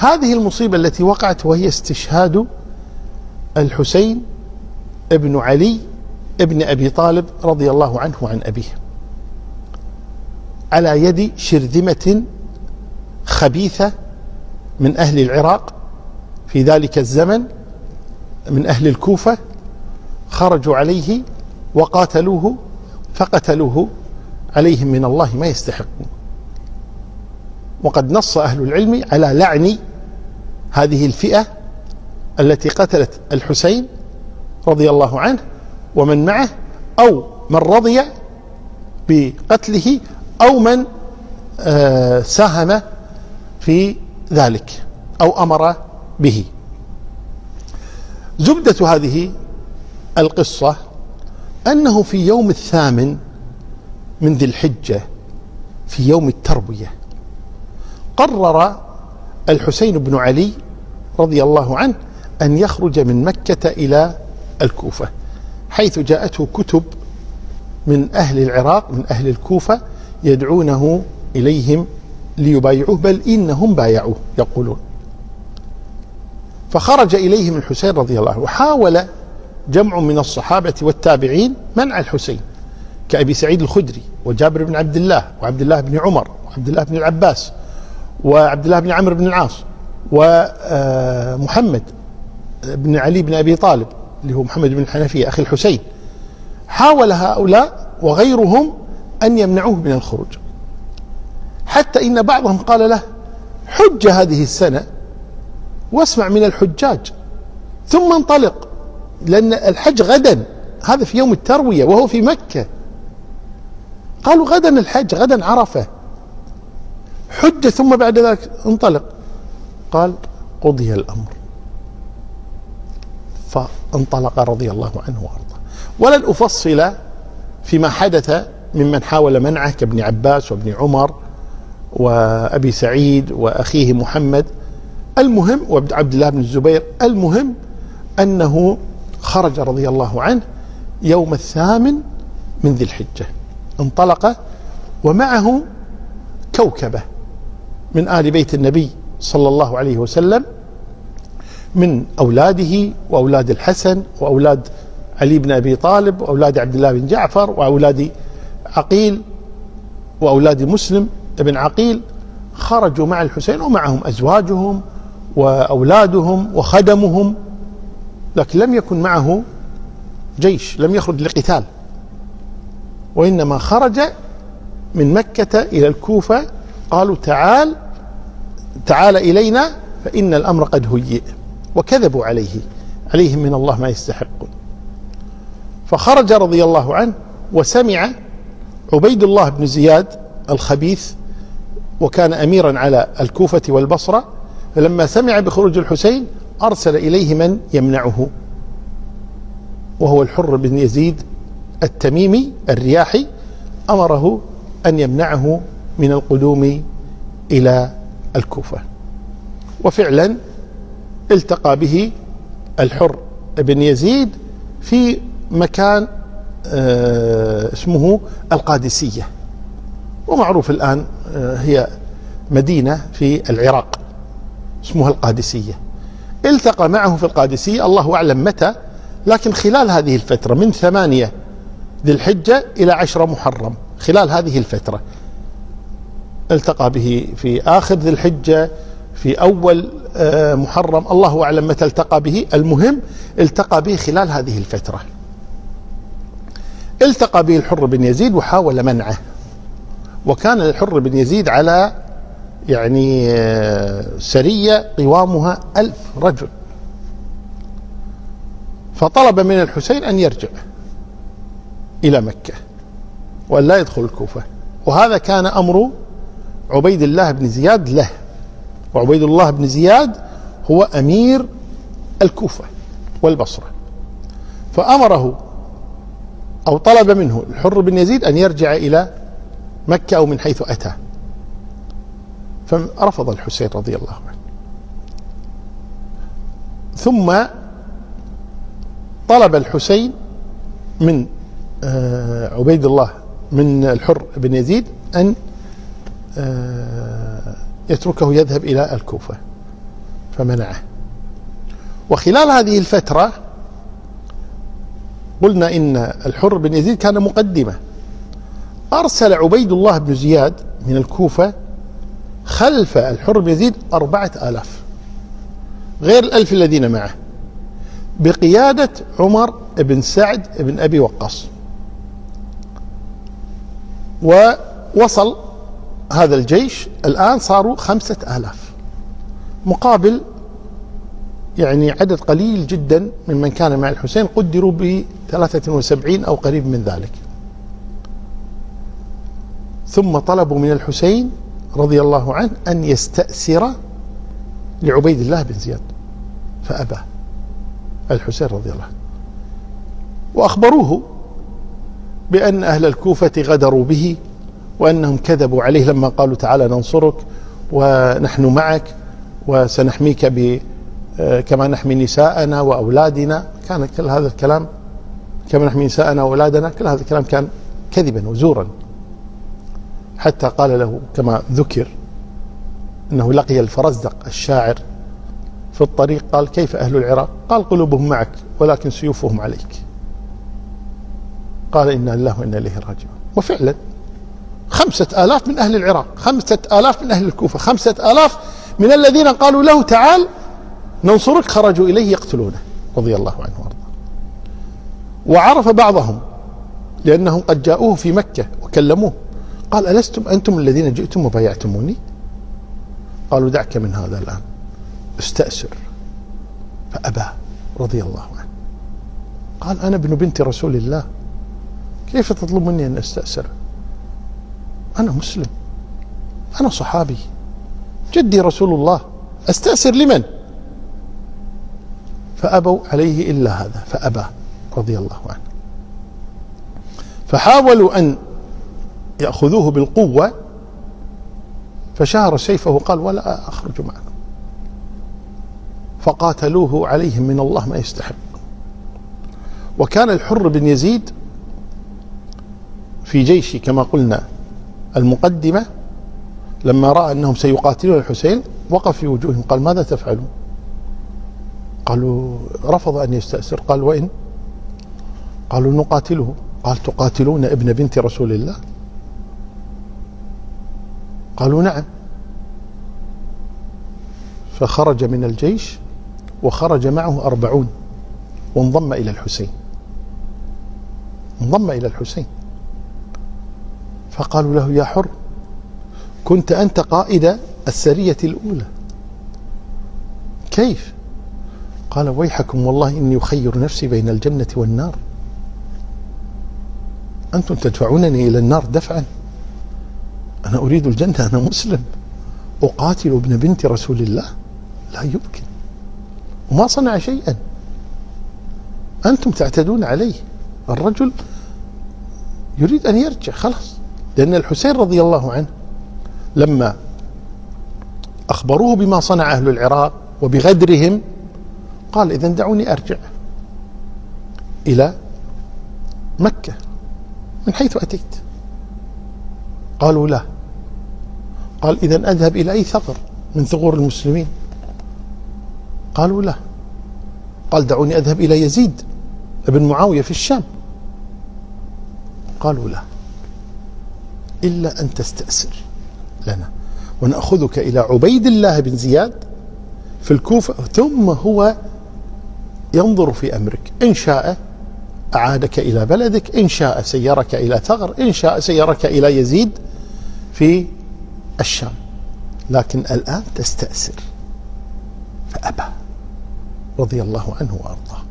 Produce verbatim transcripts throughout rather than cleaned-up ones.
هذه المصيبة التي وقعت وهي استشهاد الحسين ابن علي ابن أبي طالب رضي الله عنه وعن أبيه على يد شرذمة خبيثة من أهل العراق في ذلك الزمن، من أهل الكوفة، خرجوا عليه وقاتلوه فقتلوه عليهم من الله ما يستحقون. وقد نص أهل العلم على لعن هذه الفئة التي قتلت الحسين رضي الله عنه ومن معه، أو من رضي بقتله، أو من ساهم في ذلك أو أمر به. زبدة هذه القصة أنه في يوم الثامن من ذي الحجة في يوم التروية قرر الحسين بن علي رضي الله عنه أن يخرج من مكة إلى الكوفة، حيث جاءته كتب من أهل العراق من أهل الكوفة يدعونه إليهم ليبايعوه، بل إنهم بايعوه يقولون. فخرج إليهم الحسين رضي الله عنه، وحاول جمع من الصحابة والتابعين منع الحسين كأبي سعيد الخدري وجابر بن عبد الله وعبد الله بن عمر وعبد الله بن العباس وعبد الله بن عمرو بن العاص ومحمد بن علي بن أبي طالب اللي هو محمد بن الحنفية أخي الحسين. حاول هؤلاء وغيرهم أن يمنعوه من الخروج، حتى إن بعضهم قال له: حج هذه السنة واسمع من الحجاج ثم انطلق، لأن الحج غدا، هذا في يوم التروية وهو في مكة. قالوا: غدا الحج، غدا عرفة، حج ثم بعد ذلك انطلق. قال: قضي الأمر، فانطلق رضي الله عنه وارضاه. ولن أفصل فيما حدث ممن حاول منعه كابن عباس وابن عمر وأبي سعيد وأخيه محمد، المهم وعبد الله بن الزبير. المهم أنه خرج رضي الله عنه يوم الثامن من ذي الحجة، انطلق ومعه كوكبة من آل بيت النبي صلى الله عليه وسلم، من أولاده وأولاد الحسن وأولاد علي بن أبي طالب وأولاد عبد الله بن جعفر وأولاد عقيل وأولاد مسلم بن عقيل. خرجوا مع الحسين ومعهم أزواجهم وأولادهم وخدمهم، لكن لم يكن معه جيش، لم يخرج لقتال، وإنما خرج من مكة إلى الكوفة. قالوا: تعال تعال إلينا فإن الأمر قد هيئ، وكذبوا عليه، عليهم من الله ما يستحقون. فخرج رضي الله عنه، وسمع عبيد الله بن زياد الخبيث وكان أميرا على الكوفة والبصرة، فلما سمع بخروج الحسين أرسل إليه من يمنعه، وهو الحر بن يزيد التميمي الرياحي، أمره أن يمنعه من القدوم إلى الكوفة. وفعلا التقى به الحر بن يزيد في مكان اسمه القادسية، ومعروف الآن هي مدينة في العراق اسمها القادسية. التقى معه في القادسية، الله أعلم متى، لكن خلال هذه الفترة من ثمانية ذي الحجة إلى عشرة محرم، خلال هذه الفترة التقى به في آخر ذي الحجة، في أول محرم، الله أعلم متى التقى به. المهم التقى به خلال هذه الفترة. التقى به الحر بن يزيد وحاول منعه، وكان الحر بن يزيد على يعني سرية قوامها ألف رجل، فطلب من الحسين أن يرجع إلى مكة وأن لا يدخل الكوفة. وهذا كان أمر عبيد الله بن زياد له، وعبيد الله بن زياد هو أمير الكوفة والبصرة، فأمره أو طلب منه الحر بن يزيد أن يرجع إلى مكة أو من حيث أتى، فرفض الحسين رضي الله عنه. ثم طلب الحسين من عبيد الله من الحر بن يزيد أن يتركه يذهب إلى الكوفة، فمنعه. وخلال هذه الفترة قلنا إن الحر بن يزيد كان مقدمة، أرسل عبيد الله بن زياد من الكوفة خلف الحر بن يزيد أربعة آلاف غير الألف الذين معه، بقيادة عمر بن سعد بن أبي وقاص. ووصل هذا الجيش الآن صاروا خمسة آلاف مقابل يعني عدد قليل جدا ممن كان مع الحسين، قدروا بثلاثة وسبعين أو قريب من ذلك. ثم طلبوا من الحسين رضي الله عنه أن يستأسر لعبيد الله بن زياد، فأبى الحسين رضي الله عنه، وأخبروه بأن أهل الكوفة غدروا به وأنهم كذبوا عليه لما قالوا تعالى ننصرك ونحن معك وسنحميك ب كما نحمي نساءنا وأولادنا. كان كل هذا الكلام كما نحمي نساءنا وأولادنا، كل هذا الكلام كان كذبا وزورا. حتى قال له كما ذكر أنه لقي الفرزدق الشاعر في الطريق، قال كيف أهل العراق؟ قال قلوبهم معك ولكن سيوفهم عليك. قال إنا لله وإنا إليه راجعون. وفعلا خمسة آلاف من أهل العراق، خمسة آلاف من أهل الكوفة، خمسة آلاف من الذين قالوا له تعال ننصرك خرجوا إليه يقتلونه رضي الله عنه وارضاه. وعرف بعضهم لأنهم قد جاءوه في مكة وكلموه، قال ألستم أنتم الذين جئتم وبايعتموني؟ قالوا دعك من هذا الآن، استأسر. فأبى رضي الله عنه، قال أنا ابن بنت رسول الله، كيف تطلب مني أن أستأسر؟ أنا مسلم، أنا صحابي، جدي رسول الله، أستأسر لمن؟ فأبوا عليه إلا هذا، فأبى رضي الله عنه. فحاولوا أن يأخذوه بالقوة، فشهر سيفه وقال ولا أخرج معكم، فقاتلوه عليهم من الله ما يستحق. وكان الحر بن يزيد في جيش كما قلنا المقدمة، لما رأى أنهم سيقاتلون الحسين وقف في وجوههم قال ماذا تفعلون؟ قالوا رفض أن يستأسر. قال وإن؟ قالوا نقاتله. قال تقاتلون ابن بنت رسول الله؟ قالوا نعم. فخرج من الجيش وخرج معه أربعون وانضم إلى الحسين، انضم إلى الحسين. فقالوا له يا حر كنت أنت قائد السرية الأولى، كيف؟ قال ويحكم والله إني أخير نفسي بين الجنة والنار، أنتم تدفعونني إلى النار دفعا، أنا أريد الجنة، أنا مسلم، أقاتل ابن بنت رسول الله؟ لا يمكن، وما صنع شيئا، أنتم تعتدون عليه. الرجل يريد أن يرجع خلاص، لأن الحسين رضي الله عنه لما أخبروه بما صنع أهل العراق وبغدرهم قال إذن دعوني أرجع إلى مكة من حيث أتيت. قالوا لا. قال إذن أذهب إلى أي ثغر من ثغور المسلمين؟ قالوا لا. قال دعوني أذهب إلى يزيد ابن معاوية في الشام. قالوا لا، إلا أن تستأسر لنا ونأخذك إلى عبيد الله بن زياد في الكوفة، ثم هو ينظر في أمرك، إن شاء أعادك إلى بلدك، إن شاء سيرك إلى ثغر، إن شاء سيرك إلى يزيد في الشام، لكن الآن تستأسر. فأبى رضي الله عنه وأرضاه.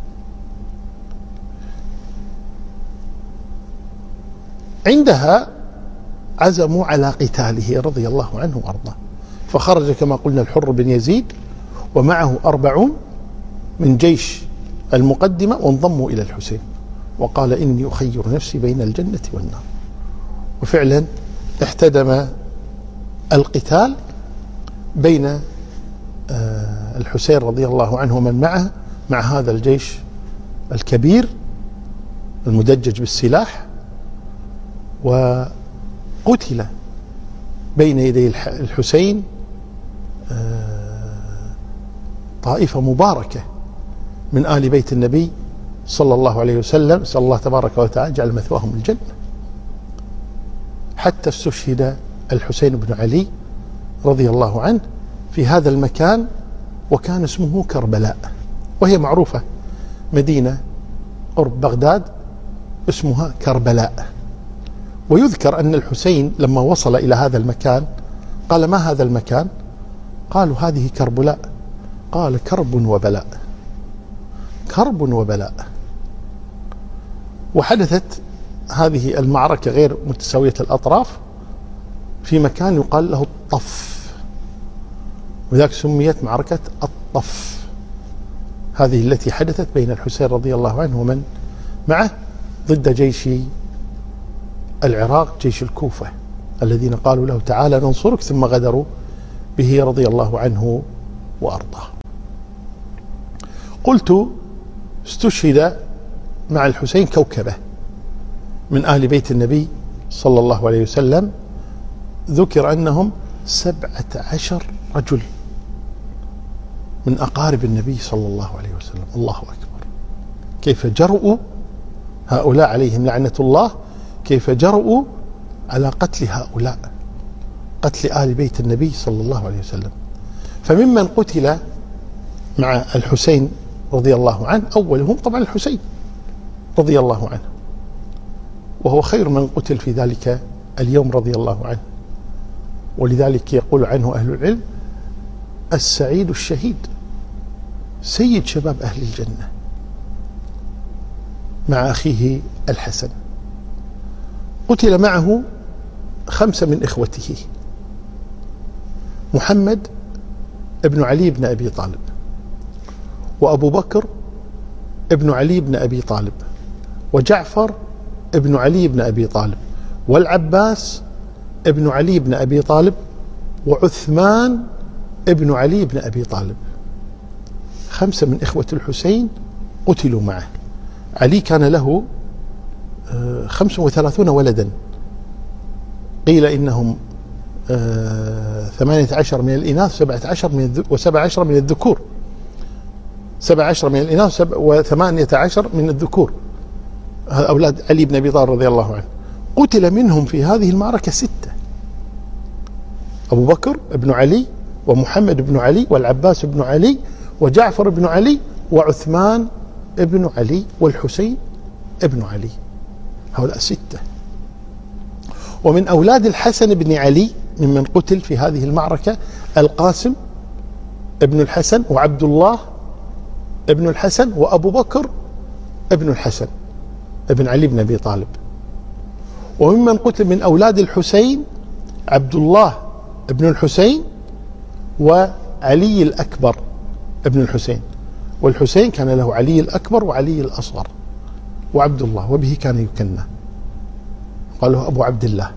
عندها عزموا على قتاله رضي الله عنه وأرضاه، فخرج كما قلنا الحر بن يزيد ومعه أربعون من جيش المقدمة وانضموا إلى الحسين، وقال إني أخير نفسي بين الجنة والنار. وفعلا احتدم القتال بين الحسين رضي الله عنه ومن معه مع هذا الجيش الكبير المدجج بالسلاح، وقتل بين يدي الحسين طائفة مباركة من آل بيت النبي صلى الله عليه وسلم، نسأل الله تبارك وتعالى جعل مثواهم الجنة. حتى استشهد الحسين بن علي رضي الله عنه في هذا المكان، وكان اسمه كربلاء، وهي معروفة مدينة قرب بغداد اسمها كربلاء. ويذكر أن الحسين لما وصل إلى هذا المكان قال: ما هذا المكان؟ قالوا: هذه كربلاء. قال: كرب وبلاء، كرب وبلاء. وحدثت هذه المعركة غير متساوية الأطراف في مكان يقال له الطف، وذلك سميت معركة الطف. هذه التي حدثت بين الحسين رضي الله عنه ومن معه ضد جيش العراق، جيش الكوفة، الذين قالوا له: تعالى ننصرك، ثم غدروا به رضي الله عنه وأرضاه. قلت: استشهد مع الحسين كوكبة من آل بيت النبي صلى الله عليه وسلم، ذكر أنهم سبعة عشر رجل من أقارب النبي صلى الله عليه وسلم. الله أكبر، كيف جرؤوا هؤلاء عليهم لعنة الله، كيف جرؤوا على قتل هؤلاء، قتل آل بيت النبي صلى الله عليه وسلم. فممن قتل مع الحسين رضي الله عنه أولهم طبعا الحسين رضي الله عنه، وهو خير من قتل في ذلك اليوم رضي الله عنه. ولذلك يقول عنه أهل العلم: السعيد الشهيد، سيد شباب أهل الجنة، مع أخيه الحسن. قتل معه خمسة من إخوته: محمد ابن علي بن أبي طالب، وأبو بكر ابن علي بن أبي طالب، وجعفر ابن علي بن أبي طالب، والعباس ابن علي بن أبي طالب، وعثمان ابن علي بن أبي طالب. خمسة من إخوة الحسين قتلوا معه. علي كان له خمسة وثلاثون ولدا، قيل إنهم ثمانية عشر من الإناث سبعة عشر من وسبع عشر من الذكور، سبع عشر من الإناث وثمانية عشر من الذكور، هذا أولاد علي بن أبي طالب رضي الله عنه. قتل منهم في هذه المعركة ستة: أبو بكر ابن علي، ومحمد بن علي، والعباس بن علي، وجعفر بن علي، وعثمان ابن علي، والحسين ابن علي. هؤلاء ستة. ومن أولاد الحسن بن علي ممن قتل في هذه المعركة القاسم ابن الحسن، وعبد الله ابن الحسن، وأبو بكر ابن الحسن ابن علي بن أبي طالب. وممن قتل من أولاد الحسين عبد الله ابن الحسين، وعلي الأكبر ابن الحسين. والحسين كان له علي الأكبر وعلي الأصغر وعبد الله، وبه كان يكنى، قال له أبو عبد الله.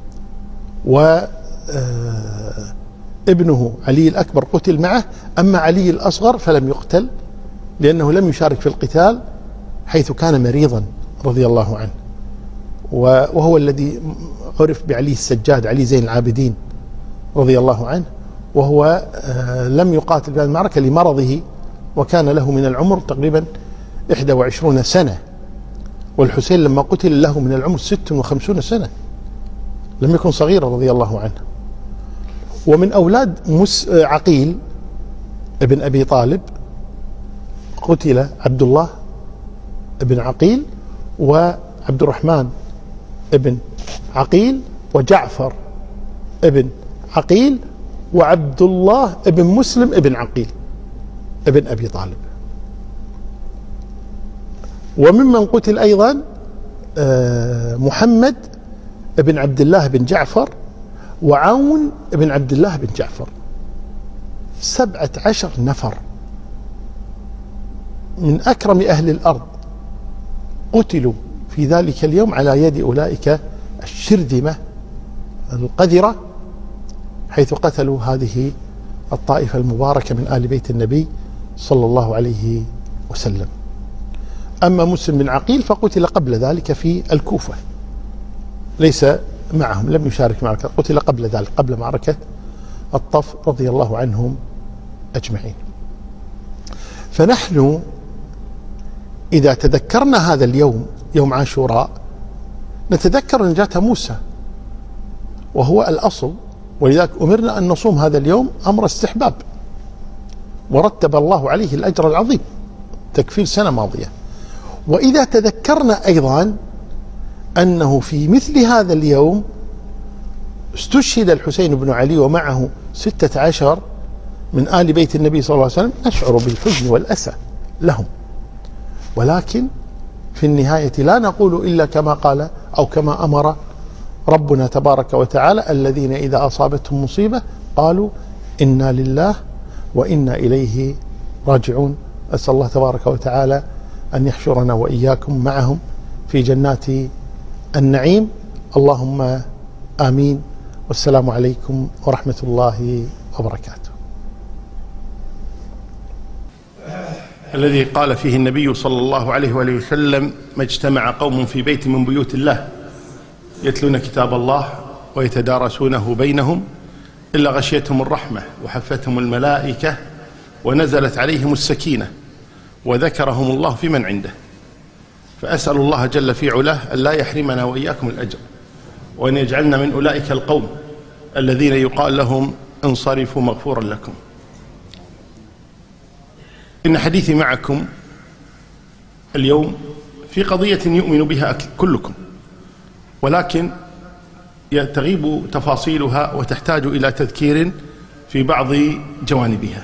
وابنه علي الأكبر قتل معه، أما علي الأصغر فلم يقتل لأنه لم يشارك في القتال، حيث كان مريضا رضي الله عنه، وهو الذي عرف بعلي السجاد، علي زين العابدين رضي الله عنه. وهو لم يقاتل في المعركة لمرضه، وكان له من العمر تقريبا إحدى وعشرون سنة، والحسين لما قتل له من العمر ست وخمسون سنة، لم يكن صغيرا رضي الله عنه. ومن أولاد مس عقيل ابن أبي طالب قتل عبد الله ابن عقيل، وعبد الرحمن ابن عقيل، وجعفر ابن عقيل، وعبد الله ابن مسلم ابن عقيل ابن أبي طالب. وممن قتل أيضا محمد ابن عبد الله بن جعفر، وعون ابن عبد الله بن جعفر. سبعة عشر نفر من أكرم أهل الأرض قتلوا في ذلك اليوم على يد أولئك الشرذمة القذرة، حيث قتلوا هذه الطائفة المباركة من آل بيت النبي صلى الله عليه وسلم. أما مسلم بن عقيل فقتل قبل ذلك في الكوفة، ليس معهم، لم يشارك معركة، قتل قبل ذلك، قبل معركة الطف رضي الله عنهم أجمعين. فنحن إذا تذكرنا هذا اليوم يوم عاشوراء نتذكر نجاة موسى، وهو الأصل، ولذلك أمرنا أن نصوم هذا اليوم أمر استحباب، ورتب الله عليه الأجر العظيم تكفير سنة ماضية. وإذا تذكرنا أيضا أنه في مثل هذا اليوم استشهد الحسين بن علي ومعه ستة عشر من آل بيت النبي صلى الله عليه وسلم، نشعر بالحزن والأسى لهم، ولكن في النهاية لا نقول إلا كما قال أو كما أمر ربنا تبارك وتعالى: الذين إذا أصابتهم مصيبة قالوا إنا لله وإنا إليه راجعون. أسأل الله تبارك وتعالى أن يحشرنا وإياكم معهم في جنات النعيم، اللهم آمين. والسلام عليكم ورحمة الله وبركاته. الذي قال فيه النبي صلى الله عليه وآله وسلم: ما اجتمع قوم في بيت من بيوت الله يتلون كتاب الله ويتدارسونه بينهم إلا غشيتهم الرحمة وحفتهم الملائكة ونزلت عليهم السكينة وذكرهم الله في من عنده. فأسأل الله جل في علاه أن لا يحرمنا وإياكم الأجر، وأن يجعلنا من أولئك القوم الذين يقال لهم: انصرفوا مغفورا لكم. إن حديثي معكم اليوم في قضية يؤمن بها كلكم، ولكن تغيب تفاصيلها وتحتاج إلى تذكير في بعض جوانبها.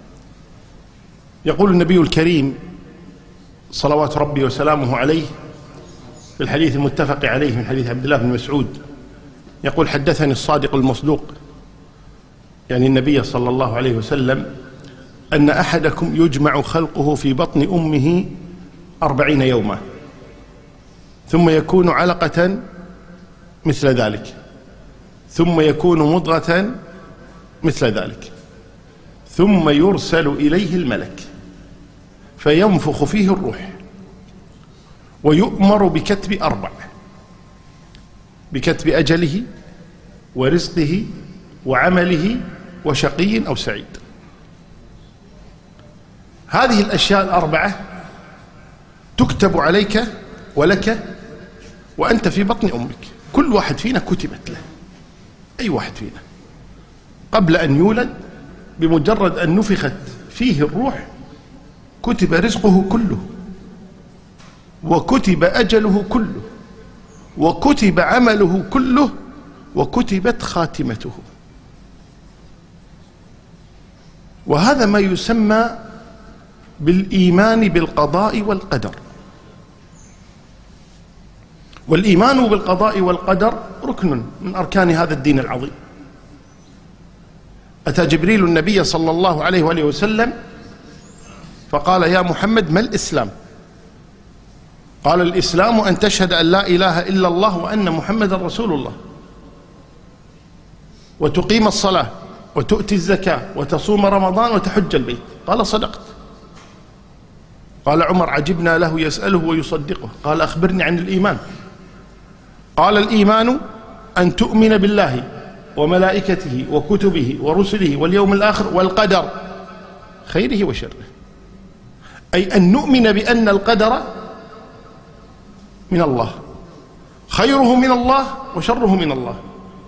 يقول النبي الكريم صلوات ربي وسلامه عليه في الحديث المتفق عليه من حديث عبد الله بن مسعود، يقول: حدثني الصادق المصدوق، يعني النبي صلى الله عليه وسلم، أن أحدكم يجمع خلقه في بطن أمه أربعين يوما ثم يكون علقة مثل ذلك ثم يكون مضغة مثل ذلك ثم يرسل إليه الملك فينفخ فيه الروح ويؤمر بكتب أربع: بكتب أجله ورزقه وعمله وشقي أو سعيد. هذه الأشياء الأربعة تكتب عليك ولك وأنت في بطن أمك. كل واحد فينا كتبت له، أي واحد فينا قبل أن يولد بمجرد أن نفخت فيه الروح كتب رزقه كله، وكتب أجله كله، وكتب عمله كله، وكتبت خاتمته. وهذا ما يسمى بالإيمان بالقضاء والقدر. والإيمان بالقضاء والقدر ركن من أركان هذا الدين العظيم. أتى جبريل النبي صلى الله عليه وآله وسلم فقال: يا محمد، ما الإسلام؟ قال: الإسلام أن تشهد أن لا إله إلا الله وأن محمدا رسول الله، وتقيم الصلاة وتؤتي الزكاة وتصوم رمضان وتحج البيت. قال: صدقت. قال عمر: عجبنا له يسأله ويصدقه. قال: أخبرني عن الإيمان. قال: الإيمان أن تؤمن بالله وملائكته وكتبه ورسله واليوم الآخر والقدر خيره وشره، أي أن نؤمن بأن القدر من الله، خيره من الله وشره من الله.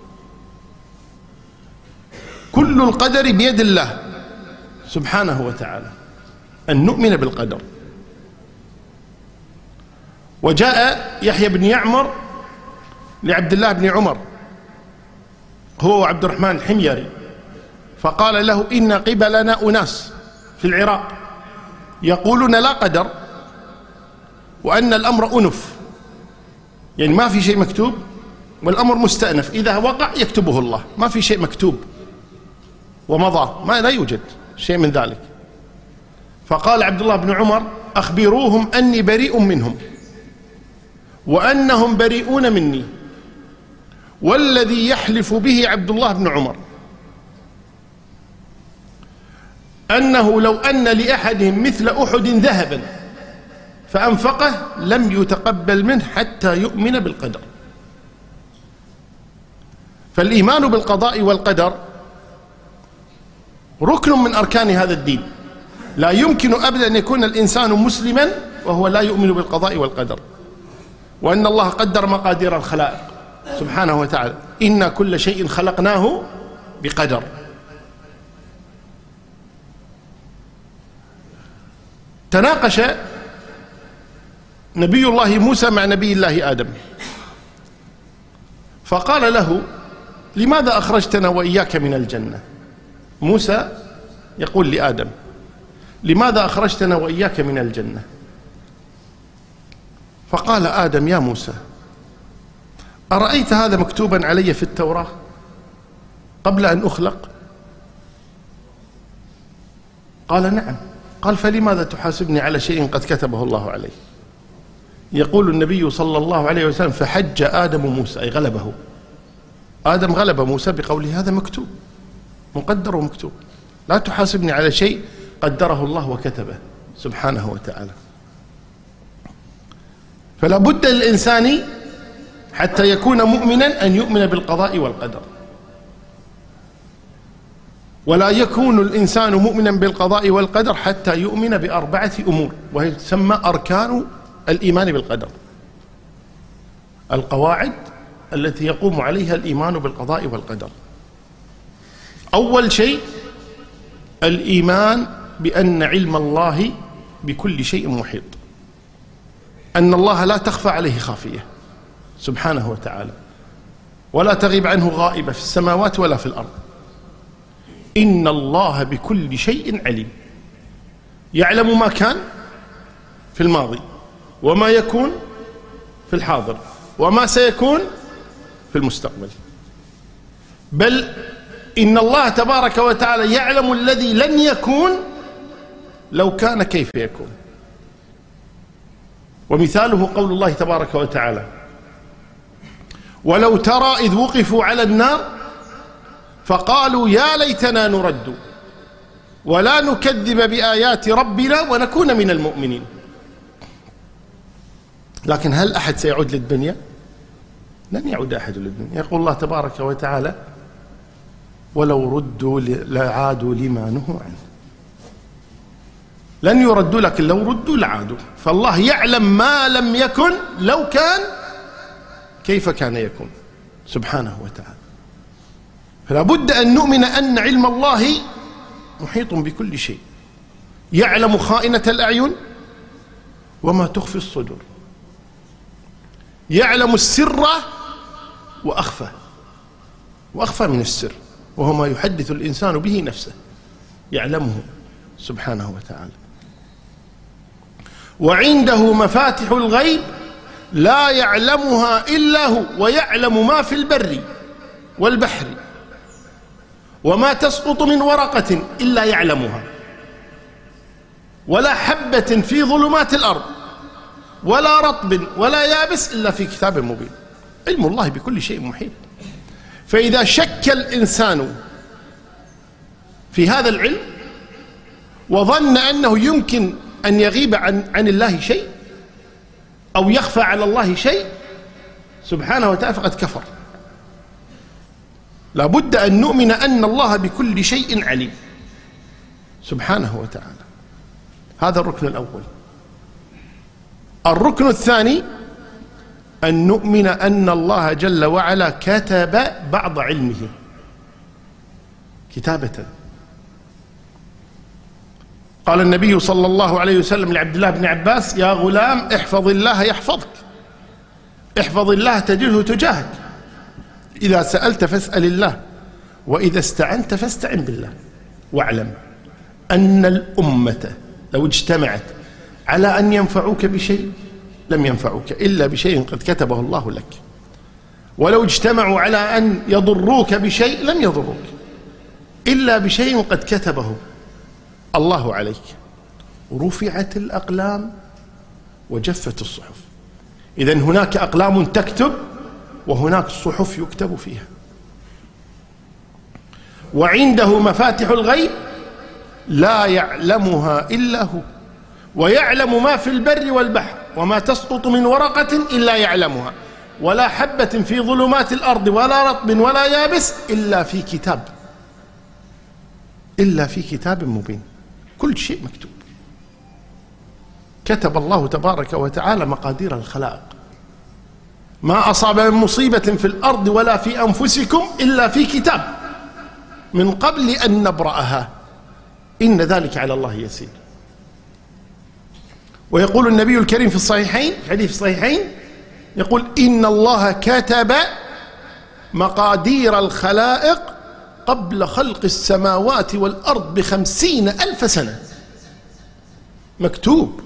كل القدر بيد الله سبحانه وتعالى، أن نؤمن بالقدر. وجاء يحيى بن يعمر لعبد الله بن عمر هو وعبد الرحمن الحميري فقال له: إن قبلنا أناس في العراق يقولون لا قدر، وأن الأمر أنف، يعني ما في شيء مكتوب والأمر مستأنف، إذا وقع يكتبه الله، ما في شيء مكتوب ومضى، ما لا يوجد شيء من ذلك. فقال عبد الله بن عمر: أخبروهم أني بريء منهم وأنهم بريئون مني، والذي يحلف به عبد الله بن عمر أنه لو أن لأحدهم مثل أحد ذهبا فأنفقه لم يتقبل منه حتى يؤمن بالقدر. فالإيمان بالقضاء والقدر ركن من أركان هذا الدين، لا يمكن أبدا أن يكون الإنسان مسلما وهو لا يؤمن بالقضاء والقدر، وأن الله قدر مقادير الخلائق سبحانه وتعالى. إنا كل شيء خلقناه بقدر. تناقش نبي الله موسى مع نبي الله آدم، فقال له: لماذا أخرجتنا وإياك من الجنة؟ موسى يقول لآدم: لماذا أخرجتنا وإياك من الجنة؟ فقال آدم: يا موسى، أرأيت هذا مكتوبا علي في التوراة قبل أن أخلق؟ قال: نعم. قال: فلماذا تحاسبني على شيء قد كتبه الله علي؟ يقول النبي صلى الله عليه وسلم: فحج آدم موسى، أي غلبه. آدم غلب موسى بقوله: هذا مكتوب، مقدر ومكتوب، لا تحاسبني على شيء قدره الله وكتبه سبحانه وتعالى. فلا بد للإنسان حتى يكون مؤمنا أن يؤمن بالقضاء والقدر، ولا يكون الإنسان مؤمنا بالقضاء والقدر حتى يؤمن بأربعة أمور، وهي تسمى أركان الإيمان بالقدر، القواعد التي يقوم عليها الإيمان بالقضاء والقدر. أول شيء الإيمان بأن علم الله بكل شيء محيط، أن الله لا تخفى عليه خافية سبحانه وتعالى، ولا تغيب عنه غائبة في السماوات ولا في الأرض. إن الله بكل شيء عليم، يعلم ما كان في الماضي، وما يكون في الحاضر، وما سيكون في المستقبل. بل إن الله تبارك وتعالى يعلم الذي لن يكون لو كان كيف يكون. ومثاله قول الله تبارك وتعالى: ولو ترى إذ وقفوا على النار فقالوا يا ليتنا نرد ولا نكذب بآيات ربنا ونكون من المؤمنين. لكن هل أحد سيعود للدنيا؟ لن يعود أحد للدنيا. يقول الله تبارك وتعالى: ولو ردوا لعادوا لما نهوا عنه. لن يردوا، لكن لو ردوا لعادوا. فالله يعلم ما لم يكن لو كان كيف كان يكون سبحانه وتعالى. فلا بد أن نؤمن أن علم الله محيط بكل شيء، يعلم خائنة الأعين وما تخفي الصدور، يعلم السر وأخفى وأخفى من السر، وهو ما يحدث الإنسان به نفسه، يعلمه سبحانه وتعالى. وعنده مفاتح الغيب لا يعلمها إلا هو، ويعلم ما في البر والبحر وما تسقط من ورقة إلا يعلمها، ولا حبة في ظلمات الأرض ولا رطب ولا يابس إلا في كتاب مبين. علم الله بكل شيء محيط. فإذا شك الإنسان في هذا العلم وظن أنه يمكن أن يغيب عن, عن الله شيء أو يخفى على الله شيء سبحانه وتعالى فقد كفر. لا بد أن نؤمن أن الله بكل شيء عليم سبحانه وتعالى. هذا الركن الأول. الركن الثاني أن نؤمن أن الله جل وعلا كتب بعض علمه كتابة. قال النبي صلى الله عليه وسلم لعبد الله بن عباس: يا غلام احفظ الله يحفظك، احفظ الله تجده تجاهك، إذا سألت فاسأل الله، وإذا استعنت فاستعن بالله، واعلم أن الأمة لو اجتمعت على أن ينفعوك بشيء لم ينفعوك إلا بشيء قد كتبه الله لك، ولو اجتمعوا على أن يضروك بشيء لم يضروك إلا بشيء قد كتبه الله عليك. رفعت الأقلام وجفت الصحف. إذن هناك أقلام تكتب وهناك صحف يكتب فيها. وعنده مفاتح الغيب لا يعلمها إلا هو، ويعلم ما في البر والبحر وما تسقط من ورقة إلا يعلمها، ولا حبة في ظلمات الأرض ولا رطب ولا يابس إلا في كتاب إلا في كتاب مبين. كل شيء مكتوب. كتب الله تبارك وتعالى مقادير الخلائق. ما أصاب من مصيبة في الأرض ولا في أنفسكم إلا في كتاب من قبل أن نبرأها إن ذلك على الله يسير. ويقول النبي الكريم في الصحيحين، حديث الصحيحين، يقول إن الله كتب مقادير الخلائق قبل خلق السماوات والأرض بخمسين ألف سنة. مكتوب.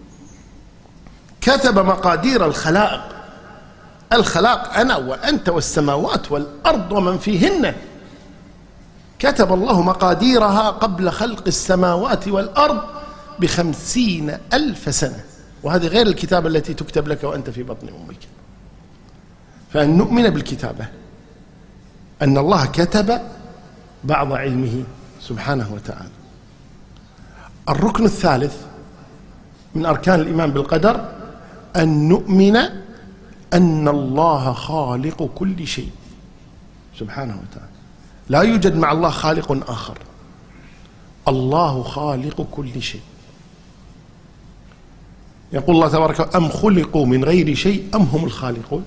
كتب مقادير الخلائق، الخلاق أنا وأنت والسماوات والأرض ومن فيهن، كتب الله مقاديرها قبل خلق السماوات والأرض بخمسين ألف سنة، وهذه غير الكتابة التي تكتب لك وأنت في بطن أمك. فأن نؤمن بالكتابة، أن الله كتب بعض علمه سبحانه وتعالى. الركن الثالث من أركان الإيمان بالقدر أن نؤمن أن الله خالق كل شيء سبحانه وتعالى. لا يوجد مع الله خالق آخر، الله خالق كل شيء. يقول الله تبارك: أم خلقوا من غير شيء أم هم الخالقون،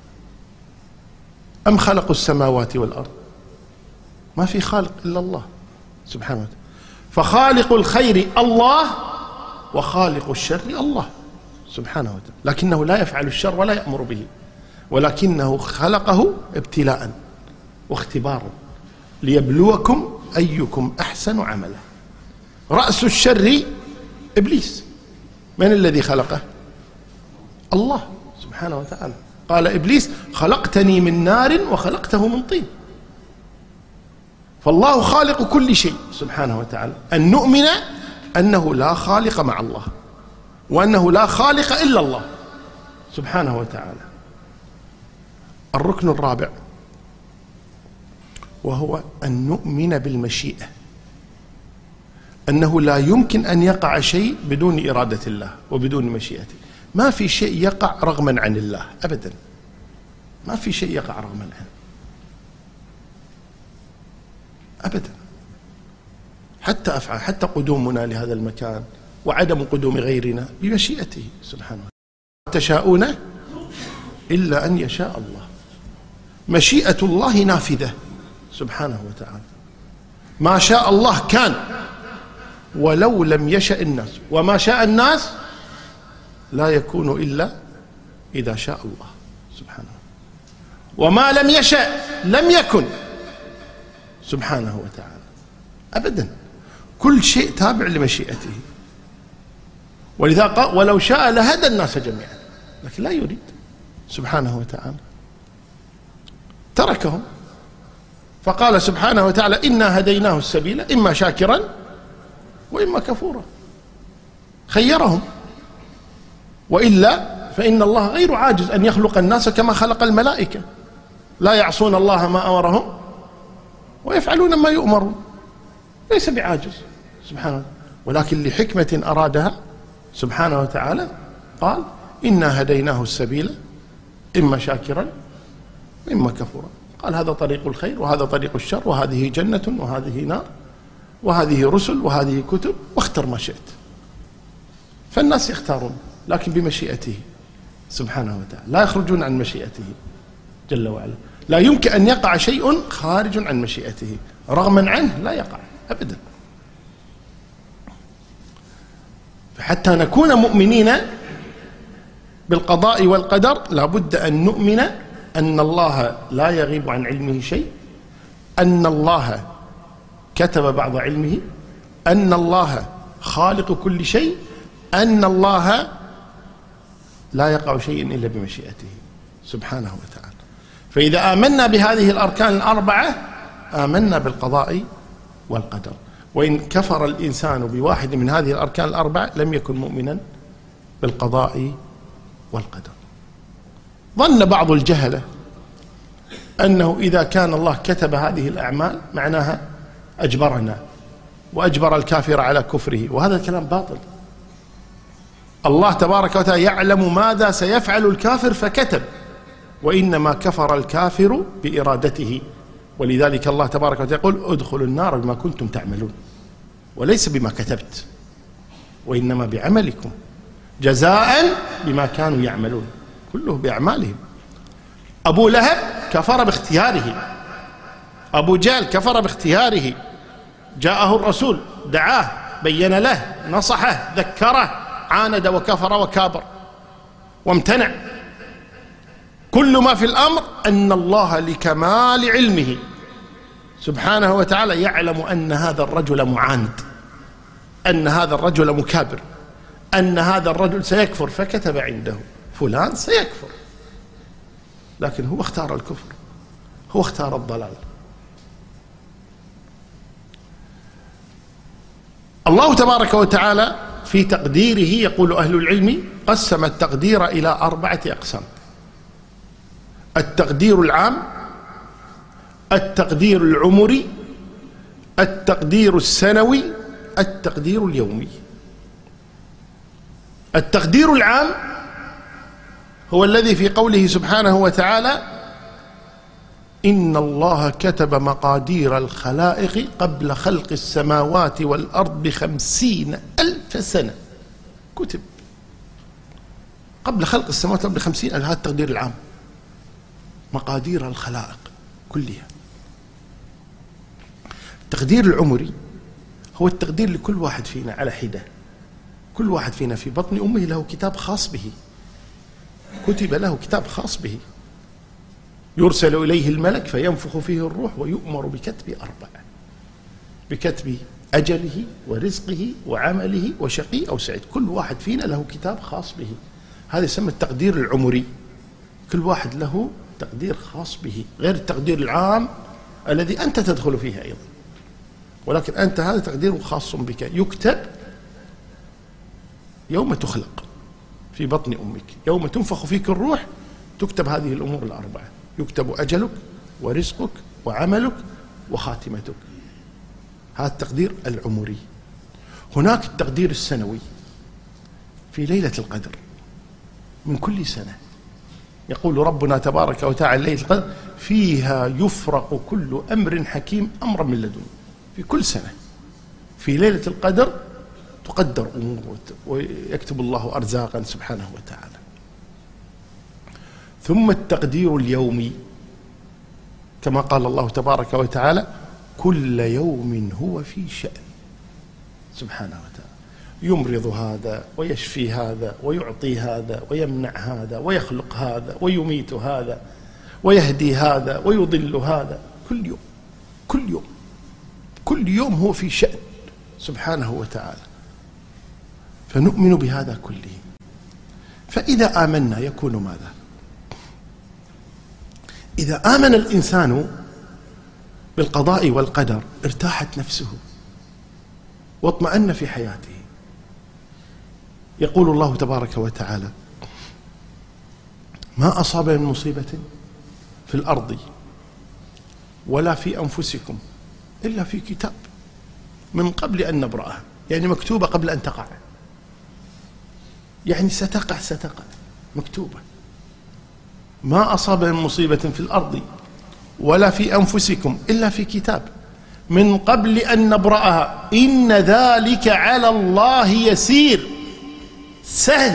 أم خلقوا السماوات والأرض. ما في خالق إلا الله سبحانه وتعالى. فخالق الخير الله وخالق الشر الله سبحانه وتعالى، لكنه لا يفعل الشر ولا يأمر به، ولكنه خلقه ابتلاء واختبارا ليبلوكم أيكم أحسن عملا. رأس الشر إبليس، من الذي خلقه؟ الله سبحانه وتعالى. قال إبليس: خلقتني من نار وخلقته من طين. فالله خالق كل شيء سبحانه وتعالى. أن نؤمن أنه لا خالق مع الله، وأنه لا خالق إلا الله سبحانه وتعالى. الركن الرابع وهو أن نؤمن بالمشيئة، أنه لا يمكن أن يقع شيء بدون إرادة الله وبدون مشيئته. ما في شيء يقع رغما عن الله أبدا، ما في شيء يقع رغما عنه أبدا. حتى أفعال، حتى قدومنا لهذا المكان وعدم قدوم غيرنا بمشيئته سبحانه وتعالى. تشاءون إلا أن يشاء الله. مشيئة الله نافذة سبحانه وتعالى. ما شاء الله كان ولو لم يشأ الناس، وما شاء الناس لا يكون إلا إذا شاء الله سبحانه، وما لم يشأ لم يكن سبحانه وتعالى أبدا. كل شيء تابع لمشيئته. ولذا قال: ولو شاء لهدى الناس جميعا، لكن لا يريد سبحانه وتعالى، تركهم. فقال سبحانه وتعالى: إنا هديناه السبيل إما شاكرا وإما كفورا. خيرهم، وإلا فإن الله غير عاجز أن يخلق الناس كما خلق الملائكة، لا يعصون الله ما أمرهم ويفعلون ما يؤمرون، ليس بعاجز سبحانه، ولكن لحكمة أرادها سبحانه وتعالى قال: إنا هديناه السبيل إما شاكرا وإما كفورا. قال: هذا طريق الخير وهذا طريق الشر، وهذه جنة وهذه نار، وهذه رسل وهذه كتب، واختر ما شئت. فالناس يختارون لكن بمشيئته سبحانه وتعالى، لا يخرجون عن مشيئته جل وعلا. لا يمكن أن يقع شيء خارج عن مشيئته، رغما عنه لا يقع أبدا. فحتى نكون مؤمنين بالقضاء والقدر لا بد أن نؤمن أن الله لا يغيب عن علمه شيء، أن الله كتب بعض علمه، أن الله خالق كل شيء، أن الله لا يقع شيء إلا بمشيئته سبحانه وتعالى. فإذا آمنا بهذه الأركان الأربعة آمنا بالقضاء والقدر. وإن كفر الإنسان بواحد من هذه الأركان الأربعة لم يكن مؤمنا بالقضاء والقدر. ظن بعض الجهلة أنه إذا كان الله كتب هذه الأعمال معناها أجبرنا وأجبر الكافر على كفره، وهذا الكلام باطل. الله تبارك وتعالى يعلم ماذا سيفعل الكافر فكتب، وإنما كفر الكافر بإرادته. ولذلك الله تبارك وتعالى يقول: ادخلوا النار بما كنتم تعملون. وليس بما كتبت، وإنما بعملكم جزاء بما كانوا يعملون، كله بأعمالهم. أبو لهب كفر باختياره، أبو جهل كفر باختياره، جاءه الرسول دعاه بين له نصحه ذكره، عاند وكفر وكابر وامتنع. كل ما في الأمر أن الله لكمال علمه سبحانه وتعالى يعلم أن هذا الرجل معاند، أن هذا الرجل مكابر، أن هذا الرجل سيكفر، فكتب عنده فلان سيكفر، لكن هو اختار الكفر، هو اختار الضلال. الله تبارك وتعالى في تقديره يقول أهل العلم قسم التقدير إلى أربعة أقسام: التقدير العام، التقدير العمري، التقدير السنوي، التقدير اليومي. التقدير العام هو الذي في قوله سبحانه وتعالى: إن الله كتب مقادير الخلائق قبل خلق السماوات والأرض بخمسين ألف سنة. كتب قبل خلق السماوات والأرض بخمسين ألف، هذا التقدير العام، مقادير الخلائق كلها. التقدير العمري هو التقدير لكل واحد فينا على حدة، كل واحد فينا في بطن أمه له كتاب خاص به، كتب له كتاب خاص به، يرسل إليه الملك فينفخ فيه الروح ويؤمر بكتب أربعة: بكتب أجله ورزقه وعمله وشقي أو سعيد. كل واحد فينا له كتاب خاص به، هذا يسمى التقدير العمري، كل واحد له تقدير خاص به غير التقدير العام الذي أنت تدخل فيه أيضا، ولكن أنت هذا تقدير خاص بك، يكتب يوم تخلق في بطن أمك، يوم تنفخ فيك الروح تكتب هذه الأمور الأربعة: يكتب أجلك ورزقك وعملك وخاتمتك. هذا التقدير العمري. هناك التقدير السنوي، في ليلة القدر من كل سنة يقول ربنا تبارك وتعالى: ليلة القدر فيها يفرق كل أمر حكيم أمرا من لدن. في كل سنة في ليلة القدر تقدر أمور ويكتب الله أرزاقا سبحانه وتعالى. ثم التقدير اليومي، كما قال الله تبارك وتعالى: كل يوم هو في شأن سبحانه وتعالى، يمرض هذا ويشفي هذا ويعطي هذا ويمنع هذا ويخلق هذا ويميت هذا ويهدي هذا ويضل هذا، كل يوم كل يوم كل يوم هو في شأن سبحانه وتعالى. فنؤمن بهذا كله. فإذا آمنا يكون ماذا؟ إذا آمن الإنسان بالقضاء والقدر ارتاحت نفسه واطمأن في حياته. يقول الله تبارك وتعالى: ما أصاب من مصيبة في الأرض ولا في أنفسكم إلا في كتاب من قبل أن نبرأها، يعني مكتوبة قبل أن تقع، يعني ستقع ستقع مكتوبة. ما أصاب من مصيبة في الأرض ولا في أنفسكم إلا في كتاب من قبل أن نبرأها إن ذلك على الله يسير، سهل.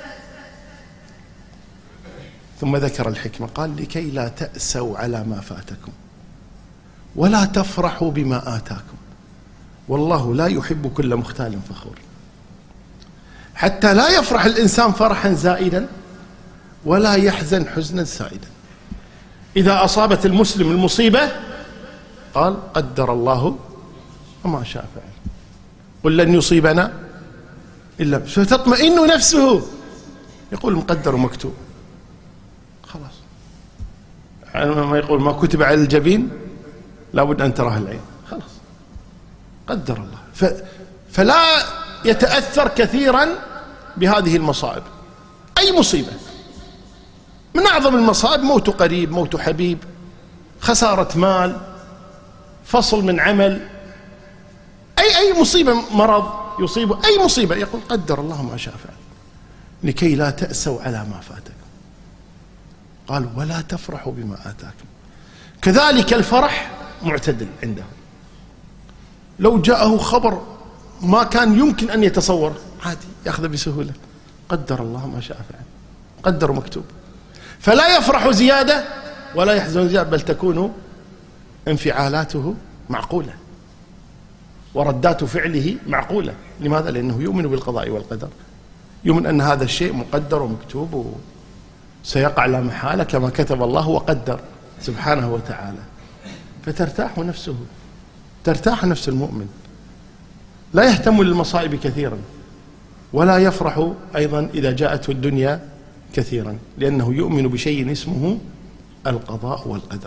ثم ذكر الحكمة قال: لكي لا تأسوا على ما فاتكم ولا تفرحوا بما آتاكم والله لا يحب كل مختال فخور. حتى لا يفرح الإنسان فرحا زائدا ولا يحزن حزنا سائدا. إذا أصابت المسلم المصيبة قال: قدر الله وما شاء فعل، قل لن يصيبنا إلا، فتطمئن نفسه، يقول مقدر ومكتوب خلاص. ما يقول ما كتب على الجبين لابد أن تراه العين، خلاص قدر الله. ف... فلا يتأثر كثيرا بهذه المصائب. أي مصيبة من أعظم المصائب: موت قريب، موت حبيب، خسارة مال، فصل من عمل، أي أي مصيبة، مرض يصيبه، أي مصيبة يقول قدر الله ما شاء فعل، لكي لا تأسوا على ما فاتكم. قال: ولا تفرحوا بما آتاكم. كذلك الفرح معتدل عنده. لو جاءه خبر ما كان يمكن أن يتصور، عادي يأخذ بسهولة. قدر الله ما شاء فعل، قدر مكتوب. فلا يفرح زيادة ولا يحزن زيادة، بل تكون انفعالاته معقولة وردات فعله معقولة. لماذا؟ لأنه يؤمن بالقضاء والقدر، يؤمن أن هذا الشيء مقدر ومكتوب وسيقع لا محالة كما كتب الله وقدر سبحانه وتعالى. فترتاح نفسه، ترتاح نفس المؤمن، لا يهتم للمصائب كثيرا، ولا يفرح أيضا إذا جاءته الدنيا كثيرا، لأنه يؤمن بشيء اسمه القضاء والقدر.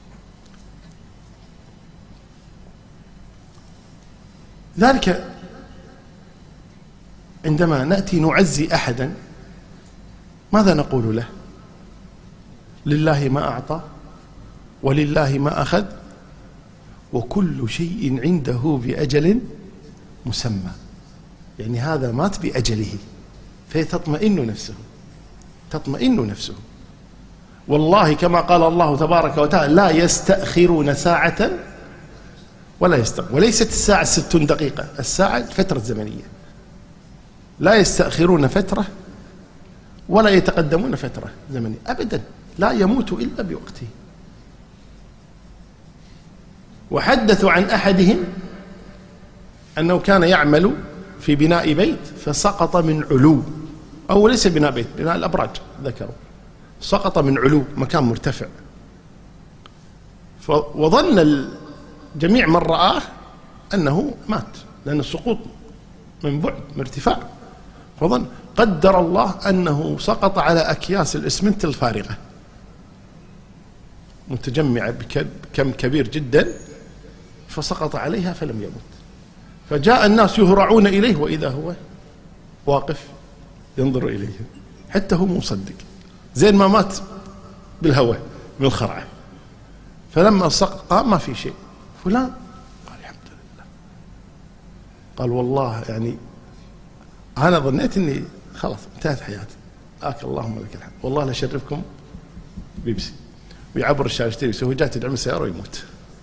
ذلك عندما نأتي نعزي أحدا ماذا نقول له؟ لله ما أعطى ولله ما أخذ وكل شيء عنده بأجل مسمى. يعني هذا مات بأجله فتطمئن نفسه، تطمئن نفسه. والله كما قال الله تبارك وتعالى لا يستأخرون ساعة ولا يستقبل. وليست الساعة ستون دقيقة، الساعة فترة زمنية، لا يستأخرون فترة ولا يتقدمون فترة زمنية أبدا، لا يموت إلا بوقته. وحدثوا عن أحدهم أنه كان يعمل في بناء بيت فسقط من علو، أو ليس بناء بيت، بناء الأبراج ذكروا، سقط من علو مكان مرتفع، وظن جميع من رآه أنه مات، لأن السقوط من بعد من ارتفاع، فظن قدر الله أنه سقط على أكياس الإسمنت الفارغة متجمعة بكم كبير جدا، فسقط عليها فلم يمت. فجاء الناس يهرعون إليه وإذا هو واقف ينظر إليهم، حتى هو مصدق، زين ما مات بالهواء من الخرعة. فلما سقط قام ما في شيء، فلان قال الحمد لله، قال والله يعني أنا ظنيت أني خلاص انتهت حياتي، آك اللهم لك الحمد، والله لأشرفكم بيبسي، ويعبر الشارع يشتري سهوجات يدعم السيارة ويموت.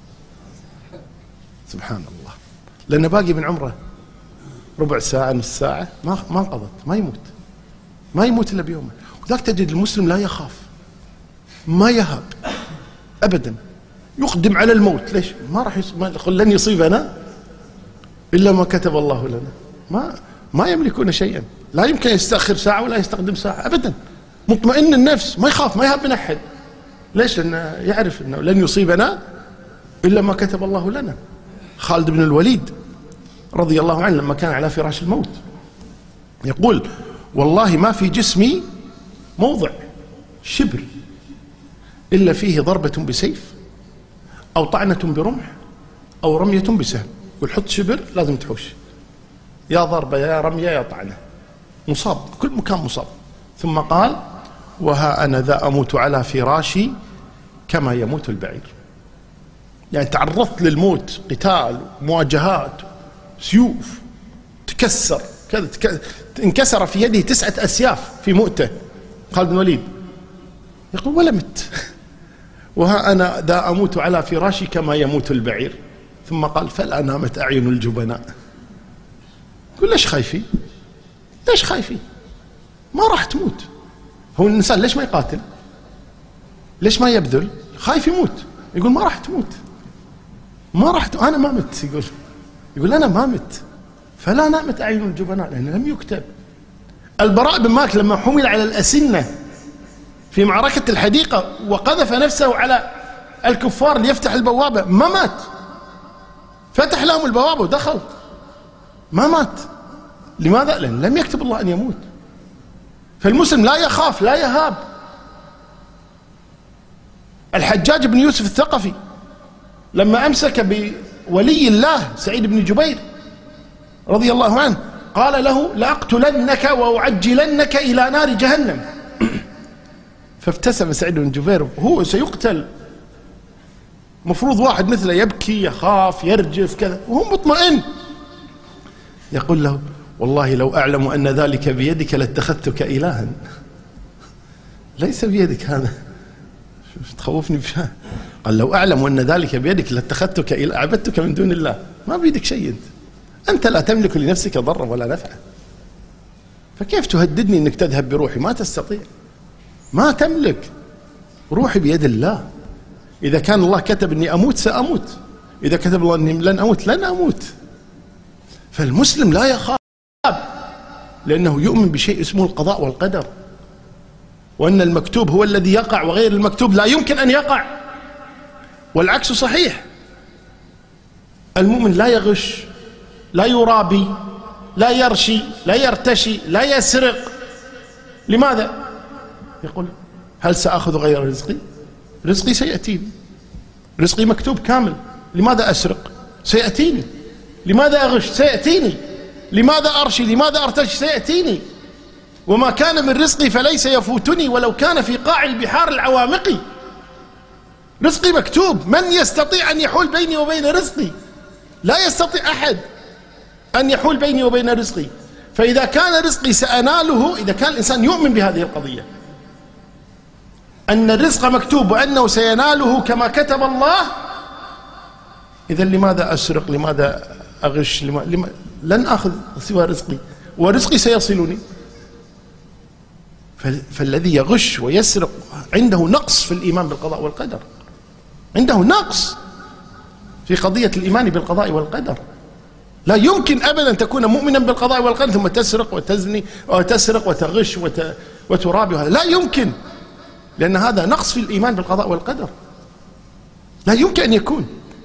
سبحان الله، لأنه باقي من عمره ربع ساعة نص ساعة، ما ما انقضت، ما يموت، ما يموت إلا بيومه. وذاك تجد المسلم لا يخاف، ما يهاب أبدا، يقدم على الموت. ليش؟ ما راح يص... ما... لن يصيبنا إلا ما كتب الله لنا. ما ما يملكون شيئا، لا يمكن يستأخر ساعة ولا يستقدم ساعة أبدا، مطمئن النفس، ما يخاف، ما يهاب من أحد. ليش؟ لأنه يعرف أنه لن يصيبنا إلا ما كتب الله لنا. خالد بن الوليد رضي الله عنه لما كان على فراش الموت يقول والله ما في جسمي موضع شبر إلا فيه ضربة بسيف أو طعنة برمح أو رمية بسهم. يقول حط شبر لازم تحوش، يا ضربة يا رمية يا طعنة، مصاب، كل مكان مصاب. ثم قال وها أنا ذا أموت على فراشي كما يموت البعير. يعني تعرضت للموت، قتال، مواجهات، سيوف، تكسر كذا، تك... انكسر في يده تسعة أسياف في مؤته خالد بن الوليد، يقول ولا مت وها أنا ذا أموت على فراشي كما يموت البعير. ثم قال فلا نامت أعين الجبناء. يقول ليش خايفين؟ ليش خايفين؟ ما راح تموت. هو الإنسان ليش ما يقاتل؟ ليش ما يبذل؟ خايف يموت. يقول ما راح تموت، ما راح ت... أنا ما مت. يقول يقول أنا ما مت، فلا نامت أعين الجبناء، لأنه لم يكتب. البراء بن مالك لما حمل على الأسنة في معركة الحديقة وقذف نفسه على الكفار ليفتح البوابة، ما مات، فتح لهم البوابة ودخل، ما مات. لماذا؟ لأن لم يكتب الله أن يموت. فالمسلم لا يخاف، لا يهاب. الحجاج بن يوسف الثقفي لما أمسك بولي الله سعيد بن جبير رضي الله عنه قال له لأقتلنك وأعجلنك إلى نار جهنم. فابتسم سعيد بن جبير، هو سيقتل، مفروض واحد مثله يبكي يخاف يرجف كذا، وهو مطمئن. يقول له والله لو أعلم أن ذلك بيدك لاتخذتك إلها. ليس بيدك هذا، تخوفني بشيء. قال لو أعلم أن ذلك بيدك لاتخذتك إلى عبدتك من دون الله. ما بيدك شيء أنت، أنت لا تملك لنفسك ضرا ولا نفعا، فكيف تهددني أنك تذهب بروحي؟ ما تستطيع، ما تملك. روحي بيد الله. إذا كان الله كتب أني أموت سأموت، إذا كتب الله أني لن أموت لن أموت. فالمسلم لا يخاف، لأنه يؤمن بشيء اسمه القضاء والقدر، وأن المكتوب هو الذي يقع وغير المكتوب لا يمكن أن يقع، والعكس صحيح. المؤمن لا يغش، لا يرابي، لا يرشي، لا يرتشي، لا يسرق. لماذا؟ يقول هل سأخذ غير رزقي؟ رزقي سيأتيني، رزقي مكتوب كامل، لماذا أسرق؟ سيأتيني. لماذا أغش؟ سيأتيني. لماذا أرشي؟ لماذا أرتشي؟ سيأتيني. وما كان من رزقي فليس يفوتني ولو كان في قاع البحار العوامق. رزقي مكتوب، من يستطيع أن يحول بيني وبين رزقي؟ لا يستطيع أحد أن يحول بيني وبين رزقي. فإذا كان رزقي سأناله، إذا كان الإنسان يؤمن بهذه القضية أن الرزق مكتوب وأنه سيناله كما كتب الله، إذا لماذا أسرق؟ لماذا أغش؟ لما... لما... لن أخذ سوى رزقي، ورزقي سيصلني. فالذي يغش ويسرق عنده نقص في الإيمان بالقضاء والقدر، عنده نقص في قضية الإيمان بالقضاء والقدر. لا يمكن أبدا تكون مؤمنا بالقضاء والقدر ثم تسرق وتزني وتسرق وتغش وت... وترابي. هذا لا يمكن، لأن هذا نقص في الإيمان بالقضاء والقدر، لا يمكن أن يكون.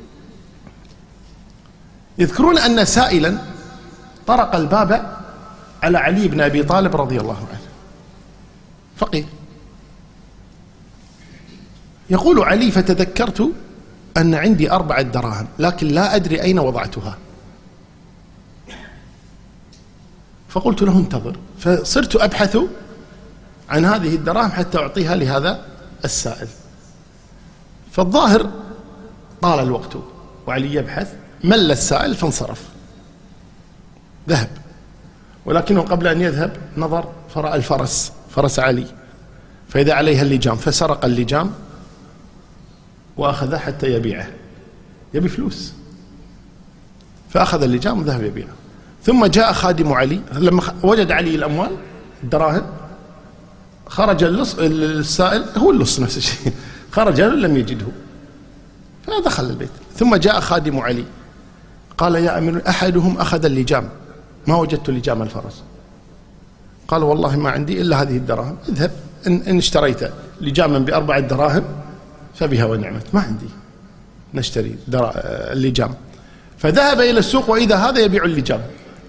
يذكرون أن سائلا طرق الباب على علي بن أبي طالب رضي الله عنه، فقيه. يقول علي فتذكرت أن عندي أربعة دراهم لكن لا أدري أين وضعتها، فقلت له انتظر، فصرت أبحث عن هذه الدراهم حتى أعطيها لهذا السائل. فالظاهر طال الوقت وعلي يبحث، مل السائل فانصرف ذهب، ولكنه قبل أن يذهب نظر فرأى الفرس، فرس علي، فإذا عليها اللجام، فسرق اللجام وأخذه حتى يبيعه، يبي فلوس، فأخذ اللجام وذهب يبيعه. ثم جاء خادم علي لما وجد علي الأموال الدراهم، خرج اللص السائل، هو اللص نفس الشيء، خرج لم يجده فدخل البيت. ثم جاء خادم علي قال يا أمير، أحدهم أخذ اللجام ما وجدت لجام الفرس. قال والله ما عندي إلا هذه الدراهم، اذهب إن, إن اشتريت لجاما بأربعة دراهم فبها ونعمت، ما عندي نشتري اللجام. فذهب إلى السوق وإذا هذا يبيع اللجام،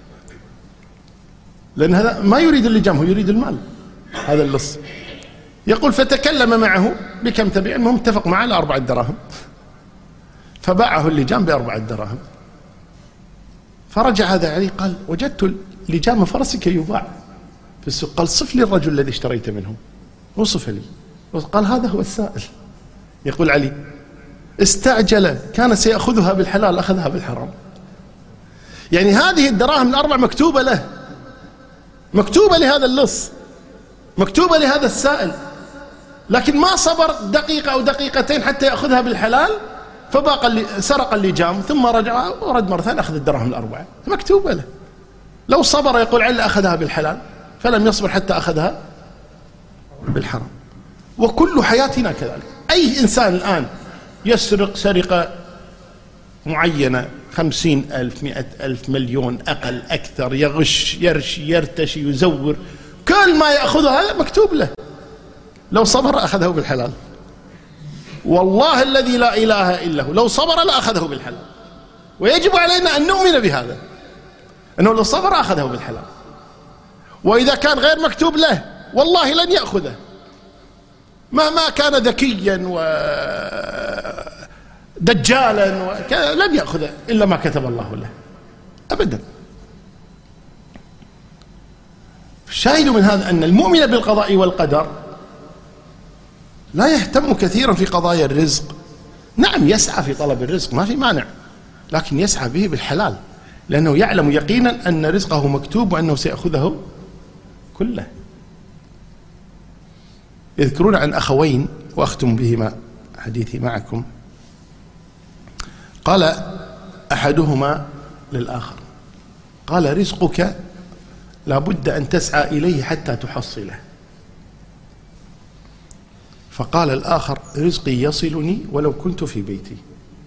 لأن هذا ما يريد اللجام، هو يريد المال هذا اللص. يقول فتكلم معه بكم تبيع، المهم اتفق معه على أربعة دراهم، فباعه اللجام بأربعة دراهم. فرجع هذا علي قال وجدت لجام فرسك يباع في السوق. قال صف لي الرجل الذي اشتريت منه، وصف لي، قال هذا هو السائل. يقول علي استعجل، كان سيأخذها بالحلال أخذها بالحرام. يعني هذه الدراهم الأربع مكتوبة له، مكتوبة لهذا اللص، مكتوبة لهذا السائل، لكن ما صبر دقيقة أو دقيقتين حتى يأخذها بالحلال، فباق اللي سرق اللجام ثم رجع ورد مرة ثانية أخذ الدراهم الأربعة مكتوبة له. لو صبر يقول علي أخذها بالحلال، فلم يصبر حتى أخذها بالحرام. وكل حياتنا كذلك. أي إنسان الآن يسرق سرقة معينة، خمسين ألف، مئة ألف، مليون، أقل أكثر، يغش، يرشي، يرتشي، يزور، كل ما يأخذه هذا مكتوب له، لو صبر أخذه بالحلال. والله الذي لا إله إلا هو لو صبر لأخذه بالحلال. ويجب علينا أن نؤمن بهذا، أنه لو صبر أخذه بالحلال. وإذا كان غير مكتوب له والله لن يأخذه، مهما كان ذكيا ودجالا وكذا لن يأخذه إلا ما كتب الله له أبدا. الشاهد من هذا أن المؤمن بالقضاء والقدر لا يهتم كثيرا في قضايا الرزق. نعم يسعى في طلب الرزق ما في مانع، لكن يسعى به بالحلال، لأنه يعلم يقينا أن رزقه مكتوب وأنه سيأخذه كله. يذكرون عن أخوين وأختم بهما حديثي معكم. قال أحدهما للآخر قال رزقك لابد أن تسعى إليه حتى تحصله. فقال الآخر رزقي يصلني ولو كنت في بيتي.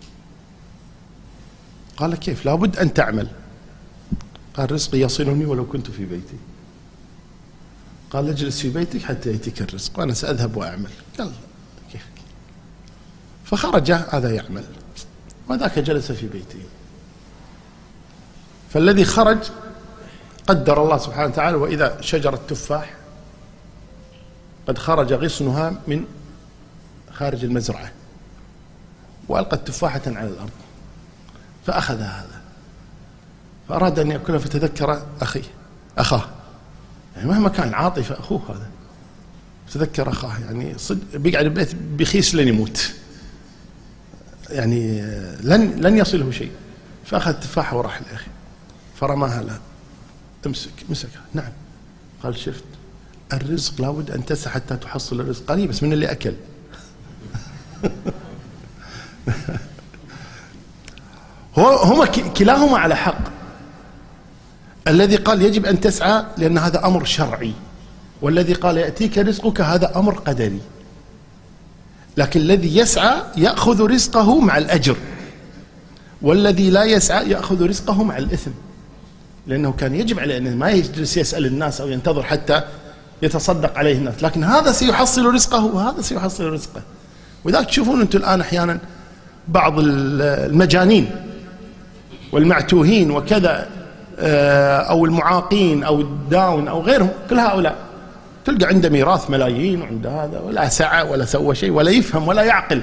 قال كيف؟ لابد أن تعمل. قال رزقي يصلني ولو كنت في بيتي. قال اجلس في بيتك حتى يأتيك الرزق وأنا سأذهب وأعمل. قال كيف؟ فخرج هذا يعمل وذاك جلس في بيته. فالذي خرج قدر الله سبحانه وتعالى وإذا شجرة تفاح قد خرج غصنها من خارج المزرعة وألقت تفاحة على الأرض، فأخذ هذا فأراد أن يأكلها فتذكر أخيه أخاه، يعني مهما كان عاطفة أخوه هذا، تذكر أخاه، يعني صدق بيقعد البيت بخيس لن يموت، يعني لن لن يصله شيء. فأخذ تفاحة وراح لأخي فرماها له. امسك مسكها. نعم. قال شفت الرزق لابد أن تسعى حتى تحصل الرزق. قال بس من اللي أكل. هما كلاهما على حق. الذي قال يجب أن تسعى لأن هذا أمر شرعي، والذي قال يأتيك رزقك هذا أمر قدري. لكن الذي يسعى يأخذ رزقه مع الأجر، والذي لا يسعى يأخذ رزقه مع الإثم، لأنه كان يجب عليه أن ما يجلس يسأل الناس أو ينتظر حتى يتصدق عليه الناس، لكن هذا سيحصل رزقه وهذا سيحصل رزقه. وذلك تشوفون أنتم الآن أحيانا بعض المجانين والمعتوهين وكذا أو المعاقين أو الداون أو غيرهم، كل هؤلاء تلقى عنده ميراث ملايين وعنده هذا ولا سعى ولا سوى شيء ولا يفهم ولا يعقل،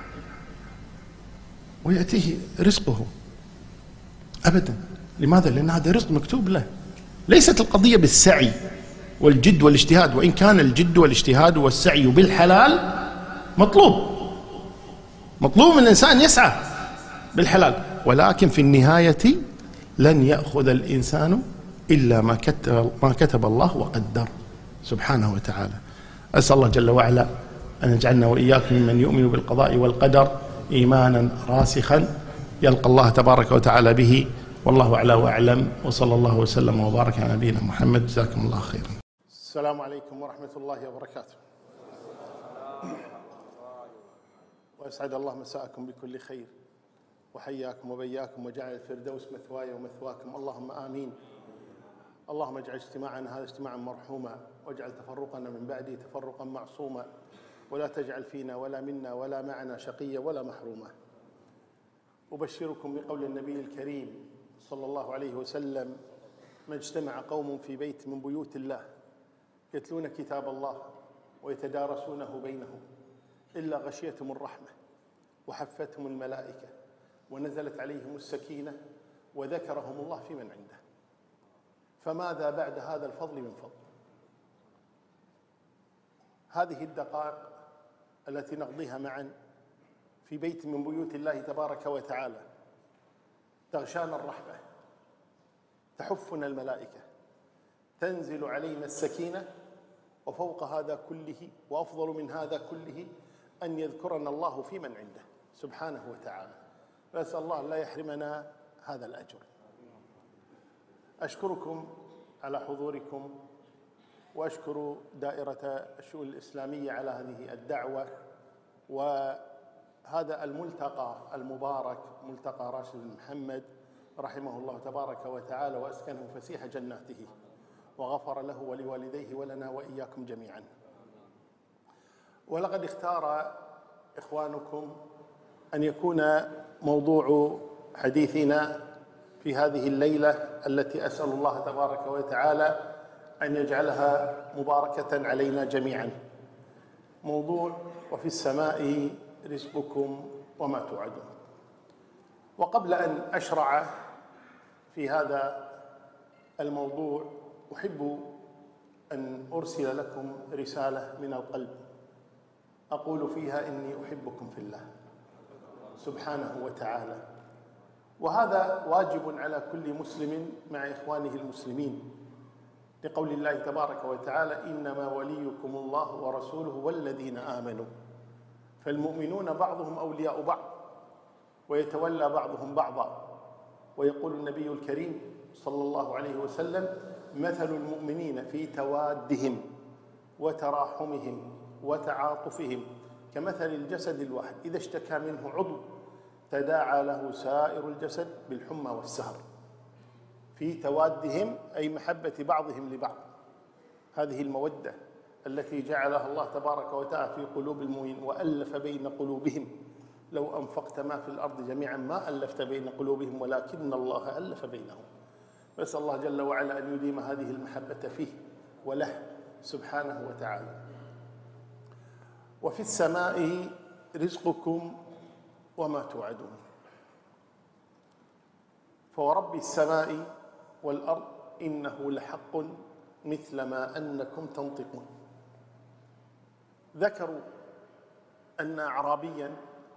ويأتيه رزقه أبدا. لماذا؟ لأن هذا رزق مكتوب له. ليست القضية بالسعي والجد والاجتهاد، وإن كان الجد والاجتهاد والسعي بالحلال مطلوب، مطلوب من الإنسان يسعى بالحلال، ولكن في النهاية لن يأخذ الإنسان إلا ما كتب, ما كتب الله وقدر سبحانه وتعالى. أسأل الله جل وعلا أن يجعلنا وإياكم ممن يؤمن بالقضاء والقدر إيمانا راسخا يلقى الله تبارك وتعالى به. والله أعلى وأعلم، وصلى الله وسلم وبارك على نبينا محمد. جزاكم الله خيرا. السلام عليكم ورحمة الله وبركاته. وأسعد الله مساءكم بكل خير، وحياكم وبياكم، وجعل الفردوس مثواي ومثواكم، اللهم آمين. اللهم اجعل اجتماعنا هذا اجتماعا مرحوما، واجعل تفرقنا من بعده تفرقا معصوما، ولا تجعل فينا ولا منا ولا معنا شقيا ولا محروما. أبشركم بقول النبي الكريم صلى الله عليه وسلم: ما اجتمع قوم في بيت من بيوت الله يتلون كتاب الله ويتدارسونه بينهم إلا غشيتهم الرحمة وحفتهم الملائكة ونزلت عليهم السكينة وذكرهم الله في من عنده. فماذا بعد هذا الفضل من فضل؟ هذه الدقائق التي نقضيها معا في بيت من بيوت الله تبارك وتعالى تغشانا الرحمة، تحفنا الملائكة، تنزل علينا السكينة، وفوق هذا كله وأفضل من هذا كله أن يذكرنا الله في من عنده سبحانه وتعالى. فأسأل الله لا يحرمنا هذا الأجر. أشكركم على حضوركم، وأشكر دائرة الشؤون الإسلامية على هذه الدعوة وهذا الملتقى المبارك، ملتقى راشد بن محمد رحمه الله تبارك وتعالى وأسكنه فسيح جناته وغفر له ولوالديه ولنا وإياكم جميعا. ولقد اختار إخوانكم أن يكون موضوع حديثنا في هذه الليلة التي أسأل الله تبارك وتعالى أن يجعلها مباركة علينا جميعا، موضوع وفي السماء رزقكم وما توعدون. وقبل أن أشرع في هذا الموضوع أحب أن أرسل لكم رسالة من القلب أقول فيها إني أحبكم في الله سبحانه وتعالى، وهذا واجب على كل مسلم مع إخوانه المسلمين، لقول الله تبارك وتعالى: إنما وليكم الله ورسوله والذين آمنوا. فالمؤمنون بعضهم أولياء بعض ويتولى بعضهم بعضا. ويقول النبي الكريم صلى الله عليه وسلم: مثل المؤمنين في توادهم وتراحمهم وتعاطفهم كمثل الجسد الواحد إذا اشتكى منه عضو تداعى له سائر الجسد بالحمى والسهر. في توادهم أي محبة بعضهم لبعض، هذه المودة التي جعلها الله تبارك وتعالى في قلوب المؤمنين وألف بين قلوبهم. لو أنفقت ما في الأرض جميعا ما ألفت بين قلوبهم ولكن الله ألف بينهم. نسأل الله جل وعلا أن يديم هذه المحبة فيه وله سبحانه وتعالى. وفي السماء رزقكم وما توعدون. فورب السماء والأرض إنه لحق مثل ما أنكم تنطقون. ذكروا أن أعرابيا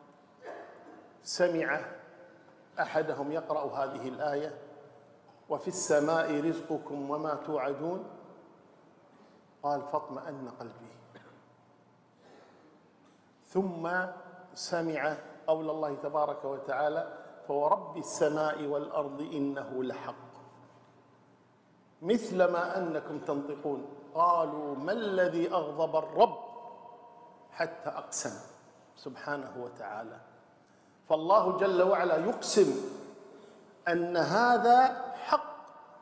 سمع أحدهم يقرأ هذه الآية: وفي السماء رزقكم وما توعدون، قال: فاطمأن قلبي. ثم سمع قول الله تبارك وتعالى: فورب السماء والأرض إنه لحق مثل ما أنكم تنطقون. قالوا: ما الذي أغضب الرب حتى أقسم سبحانه وتعالى. فالله جل وعلا يقسم أن هذا حق،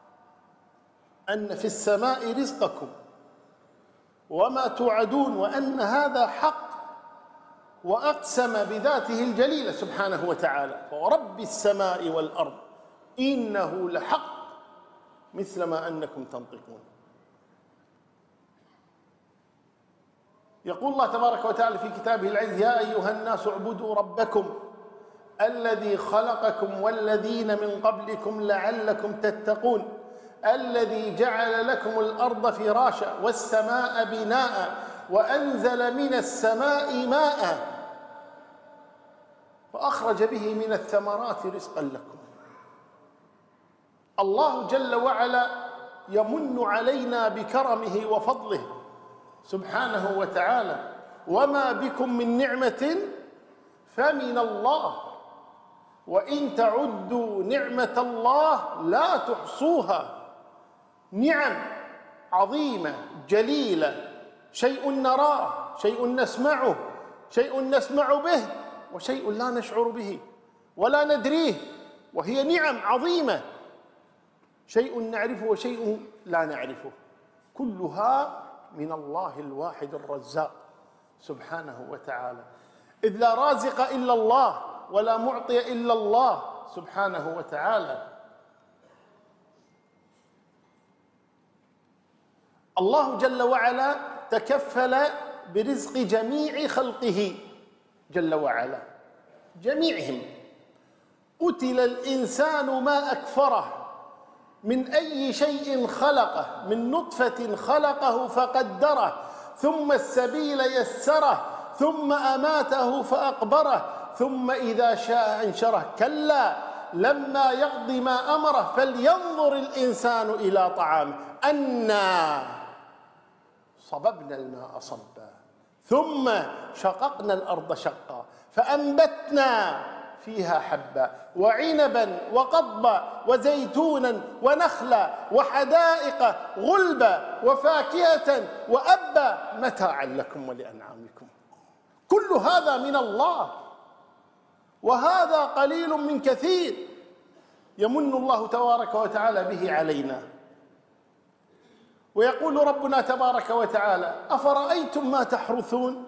أن في السماء رزقكم وما توعدون، وأن هذا حق، وأقسم بذاته الجليلة سبحانه وتعالى: فورب السماء والأرض إنه لحق مثل ما أنكم تنطقون. يقول الله تبارك وتعالى في كتابه العزيز: يا أيها الناس اعبدوا ربكم الذي خلقكم والذين من قبلكم لعلكم تتقون الذي جعل لكم الأرض فراشا والسماء بناء وأنزل من السماء ماء فأخرج به من الثمرات رزقا لكم. الله جل وعلا يمن علينا بكرمه وفضله سبحانه وتعالى: وما بكم من نعمة فمن الله وإن تعدوا نعمة الله لا تحصوها. نعم عظيمة جليلة، شيء نراه، شيء نسمعه، شيء نسمع به، وشيء لا نشعر به ولا ندريه، وهي نعم عظيمة. شيء نعرفه وشيء لا نعرفه، كلها من الله الواحد الرزاق سبحانه وتعالى، إذ لا رازق إلا الله ولا معطي إلا الله سبحانه وتعالى. الله جل وعلا تكفل برزق جميع خلقه جل وعلا، جميعهم. قتل الإنسان ما أكفره، من أي شيء خلقه، من نطفة خلقه فقدره، ثم السبيل يسره، ثم أماته فأقبره، ثم إذا شاء أنشره. كلا لما يقض ما أمره فلينظر الإنسان إلى طعامه أنا صببنا الماء صبا ثم شققنا الأرض شقا فأنبتنا فيها حبا وعنبا وقضبا وزيتونا ونخلا وحدائق غلبا وفاكهة وأبا متاعا لكم ولأنعامكم. كل هذا من الله، وهذا قليل من كثير يمن الله تبارك وتعالى به علينا. ويقول ربنا تبارك وتعالى: أفرأيتم ما تحرثون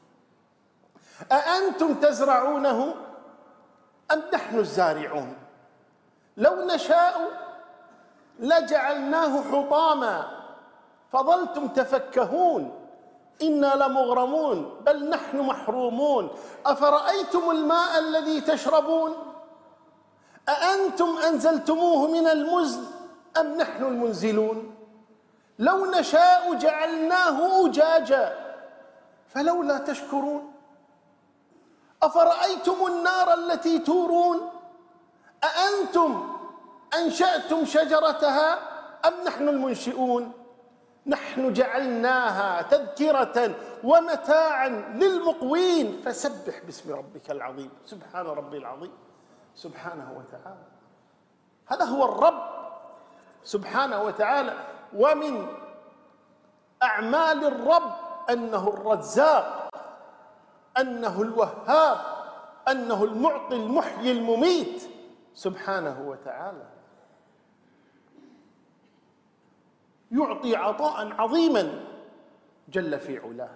أأنتم تزرعونه أم نحن الزارعون لو نشاء لجعلناه حطاما فظلتم تفكهون إنا لمغرمون بل نحن محرومون. أفرأيتم الماء الذي تشربون أأنتم أنزلتموه من المزن أم نحن المنزلون لو نشاء جعلناه أجاجا فلولا تشكرون. أفرأيتم النار التي تورون أأنتم أنشأتم شجرتها أم نحن المنشئون نحن جعلناها تذكرة ومتاعا للمقوين فسبح باسم ربك العظيم. سبحان ربي العظيم سبحانه وتعالى. هذا هو الرب سبحانه وتعالى. ومن أعمال الرب أنه الرزاق، أنه الوهاب، أنه المعطي المحيي المميت سبحانه وتعالى. يعطي عطاء عظيما جل في علاه.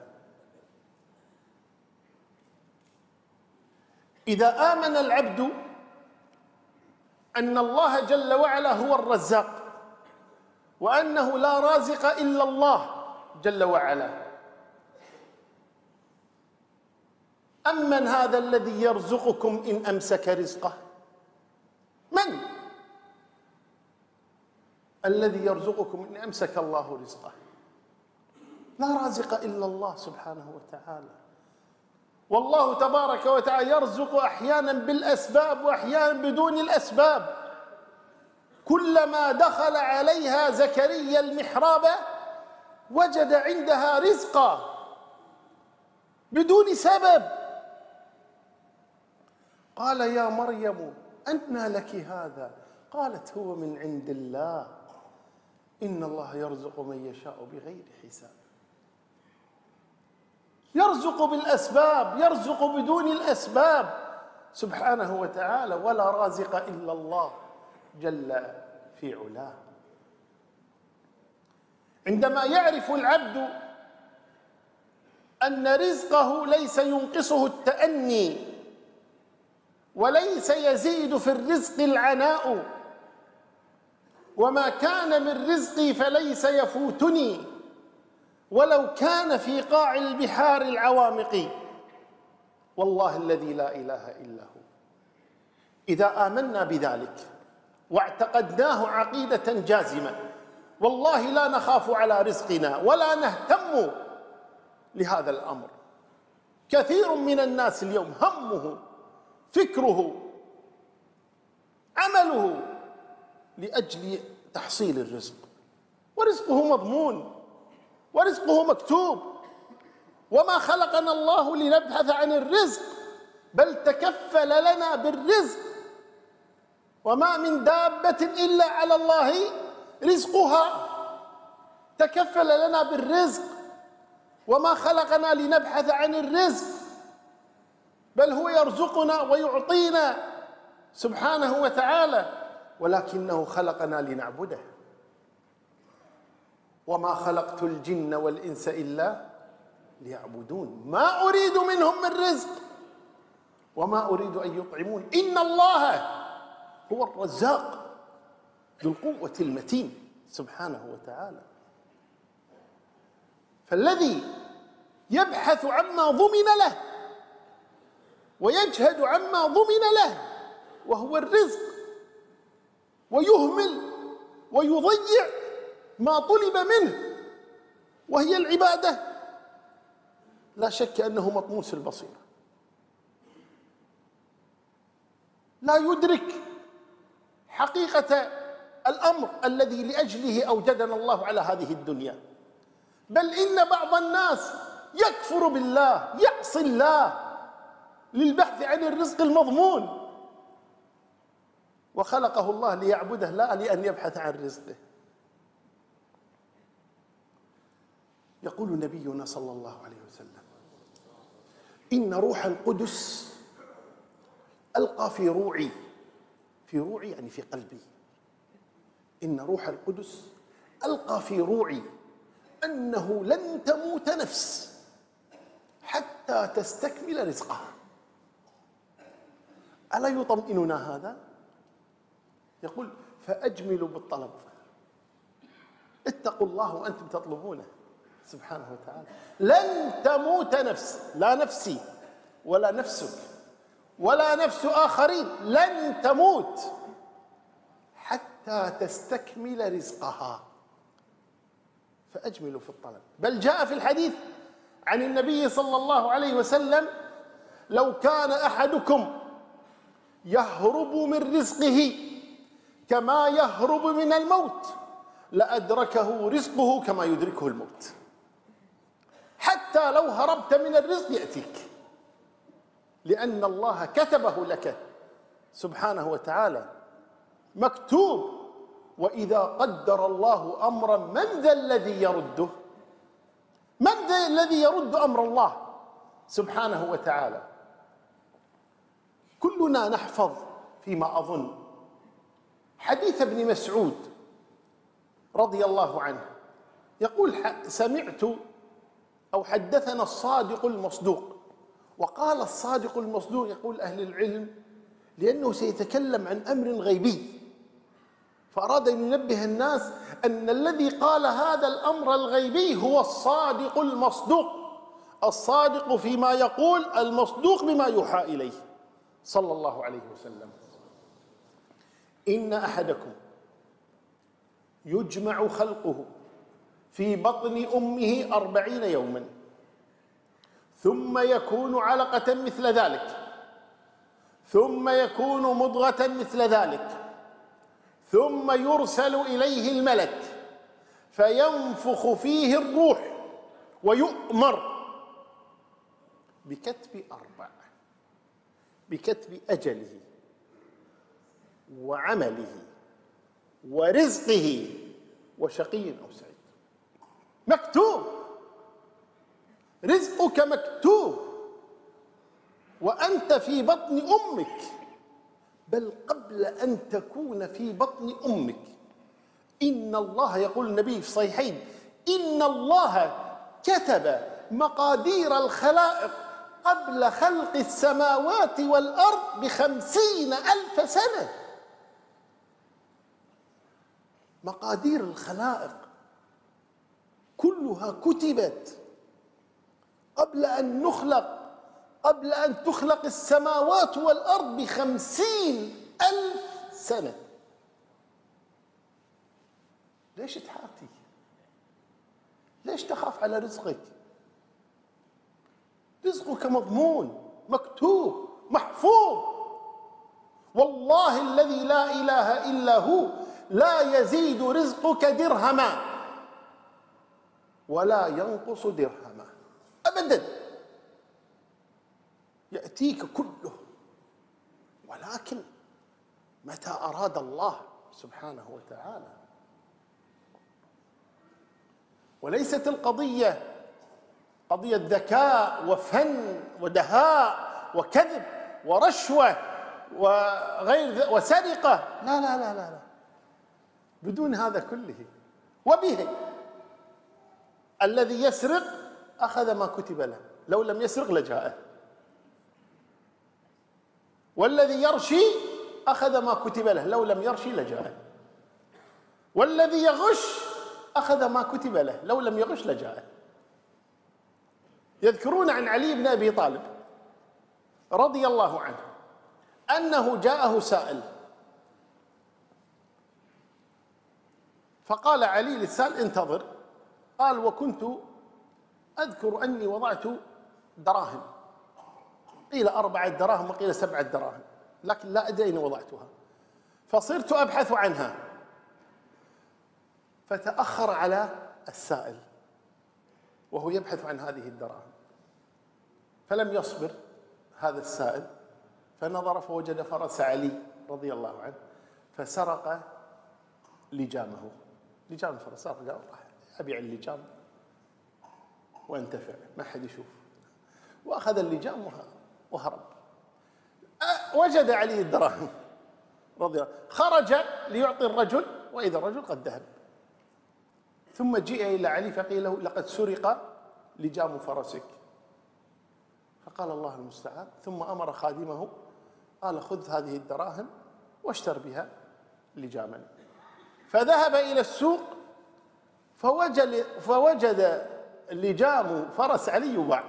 إذا آمن العبد أن الله جل وعلا هو الرزاق، وأنه لا رازق إلا الله جل وعلا، أمن هذا الذي يرزقكم إن أمسك رزقه؟ من الذي يرزقكم إن أمسك الله رزقه؟ لا رازق إلا الله سبحانه وتعالى. والله تبارك وتعالى يرزق أحيانا بالأسباب وأحيانا بدون الأسباب. كلما دخل عليها زكريا المحراب وجد عندها رزقا بدون سبب. قال يا مريم أنى لك هذا؟ قالت هو من عند الله إن الله يرزق من يشاء بغير حساب. يرزق بالأسباب، يرزق بدون الأسباب سبحانه وتعالى، ولا رازق إلا الله جل في علاه. عندما يعرف العبد أن رزقه ليس ينقصه التأني، وليس يزيد في الرزق العناء، وما كان من رزقي فليس يفوتني ولو كان في قاع البحار العوامق، والله الذي لا إله إلا هو. إذا آمنا بذلك واعتقدناه عقيدة جازمة، والله لا نخاف على رزقنا ولا نهتم لهذا الأمر. كثير من الناس اليوم همه، فكره، عمله لأجل تحصيل الرزق، ورزقه مضمون ورزقه مكتوب. وما خلقنا الله لنبحث عن الرزق، بل تكفل لنا بالرزق. وما من دابة إلا على الله رزقها، تكفل لنا بالرزق. وما خلقنا لنبحث عن الرزق، بل هو يرزقنا ويعطينا سبحانه وتعالى، ولكنه خلقنا لنعبده. وما خلقت الجن والإنس إلا ليعبدون ما أريد منهم من رزق وما أريد أن يطعمون إن الله هو الرزاق ذو القوة المتين سبحانه وتعالى. فالذي يبحث عما ضمن له ويجهد عما ضمن له وهو الرزق، ويهمل ويضيع ما طلب منه وهي العبادة، لا شك أنه مطموس البصيرة، لا يدرك حقيقة الأمر الذي لأجله أوجدنا الله على هذه الدنيا. بل إن بعض الناس يكفر بالله، يعصي الله للبحث عن الرزق المضمون، وخلقه الله ليعبده لا لأن يبحث عن رزقه. يقول نبينا صلى الله عليه وسلم: إن روح القدس ألقى في روعي، في روعي يعني في قلبي، إن روح القدس ألقى في روعي أنه لن تموت نفس حتى تستكمل رزقها. ألا يطمئننا هذا؟ يقول: فأجملوا بالطلب، اتقوا الله وأنتم تطلبونه سبحانه وتعالى. لن تموت نفس، لا نفسي ولا نفسك ولا نفس آخرين، لن تموت حتى تستكمل رزقها، فأجملوا في الطلب. بل جاء في الحديث عن النبي صلى الله عليه وسلم: لو كان أحدكم يهرب من رزقه كما يهرب من الموت لأدركه رزقه كما يدركه الموت. حتى لو هربت من الرزق يأتيك، لأن الله كتبه لك سبحانه وتعالى، مكتوب وإذا قدر الله أمرا من ذا الذي يرده؟ من ذا الذي يرد أمر الله سبحانه وتعالى؟ كلنا نحفظ فيما أظن حديث ابن مسعود رضي الله عنه، يقول سمعت أو حدثنا الصادق المصدوق. وقال الصادق المصدوق، يقول أهل العلم، لأنه سيتكلم عن أمر غيبي، فأراد أن ينبه الناس أن الذي قال هذا الأمر الغيبي هو الصادق المصدوق، الصادق فيما يقول، المصدوق بما يوحى إليه صلى الله عليه وسلم. إن أحدكم يجمع خلقه في بطن أمه أربعين يوما ثم يكون علقة مثل ذلك ثم يكون مضغة مثل ذلك ثم يرسل إليه الملك فينفخ فيه الروح ويؤمر بكتب أربع: بكتب أجله وعمله ورزقه وشقي أو سعيد. مكتوب، رزقك مكتوب وأنت في بطن أمك، بل قبل أن تكون في بطن أمك. إن الله، يقول النبي في الصحيحين، إن الله كتب مقادير الخلائق قبل خلق السماوات والأرض بخمسين ألف سنة. مقادير الخلائق كلها كتبت قبل أن نخلق، قبل أن تخلق السماوات والأرض بخمسين ألف سنة. ليش تحاتي؟ ليش تخاف على رزقك؟ رزقك مضمون، مكتوب، محفوظ. والله الذي لا إله إلا هو لا يزيد رزقك درهما ولا ينقص درهما أبدا، يأتيك كله، ولكن متى أراد الله سبحانه وتعالى. وليست القضية قضية ذكاء وفن ودهاء وكذب ورشوة وغير وسرقة، لا لا لا لا لا، بدون هذا كله. وبه الذي يسرق أخذ ما كتب له، لو لم يسرق لجاءه. والذي يرشي أخذ ما كتب له، لو لم يرشي لجاءه. والذي يغش أخذ ما كتب له، لو لم يغش لجاءه. يذكرون عن علي بن أبي طالب رضي الله عنه أنه جاءه سائل، فقال علي للسائل: انتظر. قال: وكنت أذكر أني وضعت دراهم، قيل أربعة دراهم وقيل سبعة دراهم، لكن لا أدري أين وضعتها، فصرت أبحث عنها. فتأخر على السائل وهو يبحث عن هذه الدراهم، فلم يصبر هذا السائل، فنظر فوجد فرس علي رضي الله عنه، فسرق لجامه، لجام الفرس، قال: راح أبيع اللجام وانتفع، ما حد يشوف. وأخذ اللجام وهرب. وجد علي الدراهم رضي الله، خرج ليعطي الرجل، وإذا الرجل قد ذهب. ثم جيء إلى علي فقيل له: لقد سرق لجام فرسك. فقال: الله المستعان. ثم أمر خادمه قال: خذ هذه الدراهم واشتر بها لجاما. فذهب إلى السوق فوجد, فوجد لجام فرس علي يباع،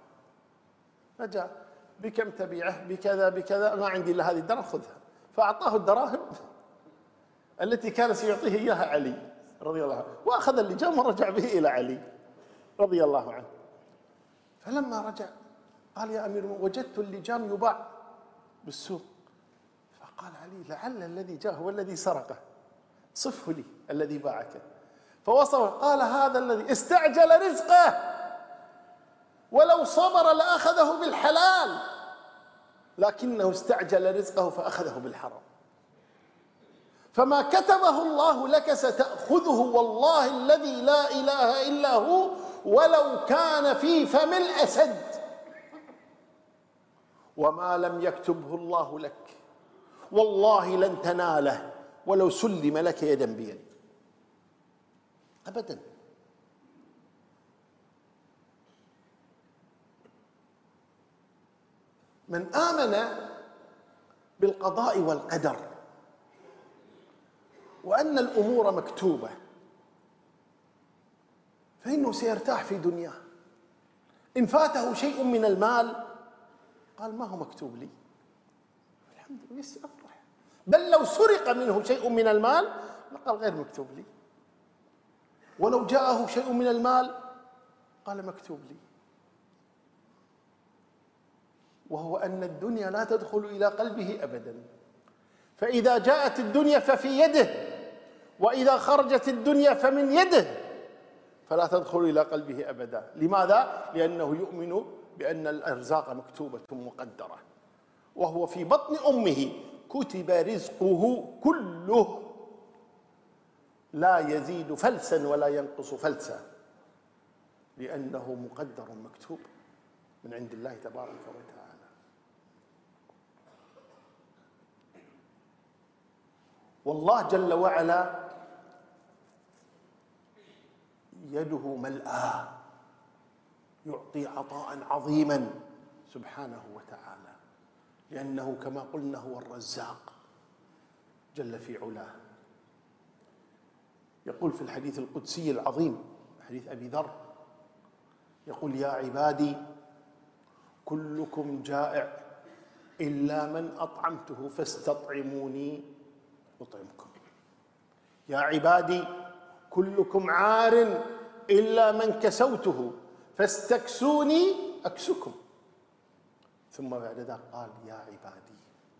فجاء: بكم تبيعه؟ بكذا بكذا. ما عندي إلا هذه الدراهم، خذها. فأعطاه الدراهم التي كان سيعطيه إياها علي رضي الله عنه، وأخذ اللجام ورجع به إلى علي رضي الله عنه. فلما رجع قال: يا أمير المؤمنين، وجدت اللجام يباع بالسوق. فقال علي: لعل الذي جاء هو الذي سرقه، صفه لي الذي باعك. فوصفه، قال: هذا الذي استعجل رزقه، ولو صبر لأخذه بالحلال، لكنه استعجل رزقه فأخذه بالحرام. فما كتبه الله لك ستأخذه والله الذي لا إله إلا هو، ولو كان في فم الأسد. وما لم يكتبه الله لك والله لن تناله ولو سلم لك يدا بيد أبدا. من آمن بالقضاء والقدر وأن الأمور مكتوبة فإنه سيرتاح في دنياه. إن فاته شيء من المال قال ما هو مكتوب لي، الحمد لله يفرح. بل لو سرق منه شيء من المال قال غير مكتوب لي، ولو جاءه شيء من المال قال مكتوب لي. وهو أن الدنيا لا تدخل إلى قلبه أبدا، فإذا جاءت الدنيا ففي يده، وإذا خرجت الدنيا فمن يده، فلا تدخل إلى قلبه أبدا. لماذا؟ لأنه يؤمن بأن الأرزاق مكتوبة مقدرة، وهو في بطن أمه كتب رزقه كله لا يزيد فلسا ولا ينقص فلسا، لأنه مقدر مكتوب من عند الله تبارك وتعالى. والله جل وعلا يده ملأى، يعطي عطاء عظيما سبحانه وتعالى، لأنه كما قلنا هو الرزاق جل في علاه. يقول في الحديث القدسي العظيم حديث أبي ذر، يقول يا عبادي كلكم جائع إلا من أطعمته فاستطعموني أطعمكم. يا عبادي كلكم عار إلا من كسوته فاستكسوني أكسكم. ثم بعد ذلك قال يا عبادي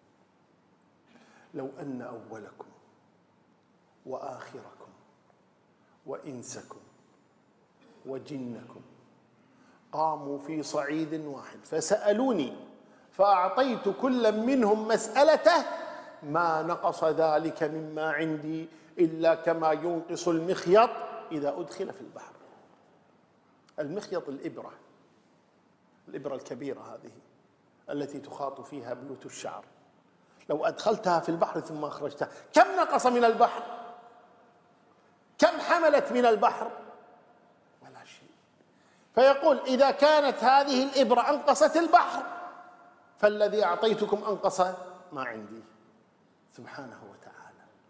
لو أن أولكم وآخركم وإنسكم وجنكم قاموا في صعيد واحد فسألوني فأعطيت كل منهم مسألته ما نقص ذلك مما عندي إلا كما ينقص المخيط إذا أدخل في البحر. المخيط الإبرة، الإبرة الكبيرة هذه التي تخاط فيها بيوت الشعر، لو أدخلتها في البحر ثم أخرجتها كم نقص من البحر؟ كم حملت من البحر؟ ولا شيء. فيقول إذا كانت هذه الإبرة أنقصت البحر فالذي أعطيتكم أنقص ما عندي سبحانه وتعالى.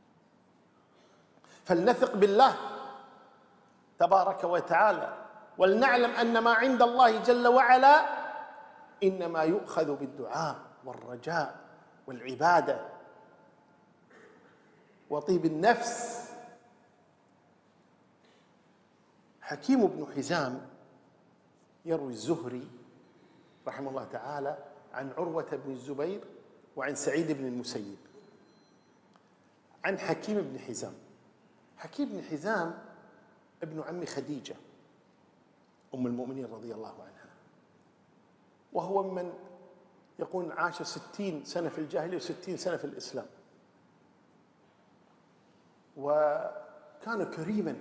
فلنثق بالله تبارك وتعالى، ولنعلم أن ما عند الله جل وعلا إنما يؤخذ بالدعاء والرجاء والعبادة وطيب النفس. حكيم بن حزام يروي الزهري رحمه الله تعالى عن عروة بن الزبير وعن سعيد بن المسيب عن حكيم بن حزام. حكيم بن حزام ابن عم خديجة أم المؤمنين رضي الله عنها، وهو من يقول عاش ستين سنة في الجاهلية وستين سنة في الإسلام، وكان كريما،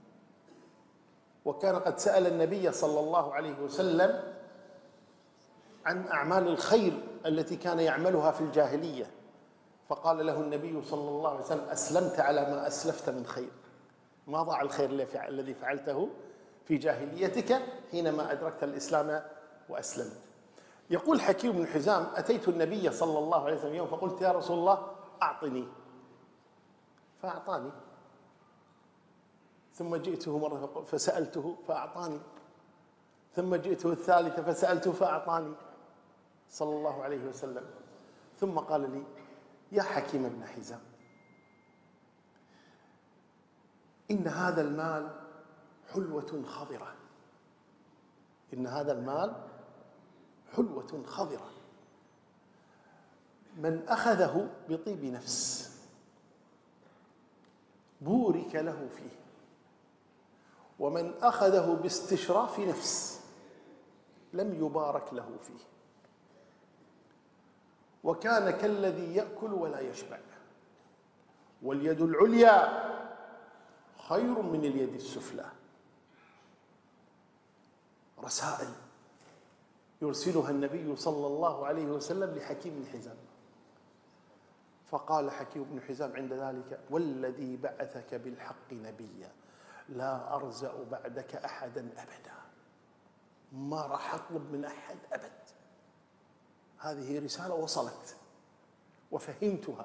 وكان قد سأل النبي صلى الله عليه وسلم عن أعمال الخير التي كان يعملها في الجاهلية، فقال له النبي صلى الله عليه وسلم أسلمت على ما أسلفت من خير، ما ضاع الخير الذي فعلته في جاهليتك حينما أدركت الإسلام وأسلمت. يقول حكيم بن حزام أتيت النبي صلى الله عليه وسلم يوم فقلت يا رسول الله أعطني، فأعطاني، ثم جئته مرة فسألته فأعطاني، ثم جئته الثالثة فسألته فأعطاني صلى الله عليه وسلم، ثم قال لي يا حكيم بن حزام إن هذا المال حلوة خضرة، إن هذا المال حلوة خضرة، من أخذه بطيب نفس بورك له فيه، ومن أخذه باستشراف نفس لم يبارك له فيه، وكان كالذي يأكل ولا يشبع، واليد العليا خير من اليد السفلى. رسائل يرسلها النبي صلى الله عليه وسلم لحكيم بن حزام، فقال حكيم بن حزام عند ذلك: والذي بعثك بالحق نبيا لا أرزأ بعدك أحدا أبدا، ما راح أطلب من أحد أبد، هذه رسالة وصلت وفهمتها،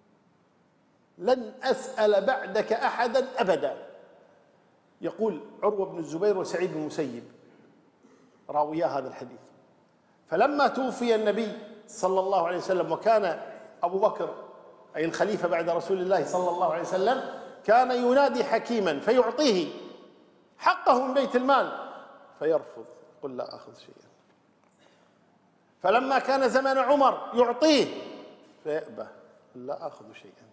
لن أسأل بعدك أحدا أبدا. يقول عروة بن الزبير وسعيد بن المسيب راويا هذا الحديث: فلما توفي النبي صلى الله عليه وسلم وكان أبو بكر أي الخليفة بعد رسول الله صلى الله عليه وسلم كان ينادي حكيما فيعطيه حقه من بيت المال فيرفض، قل لا أخذ شيئا. فلما كان زمن عمر يعطيه فيأبى، لا أخذ شيئا.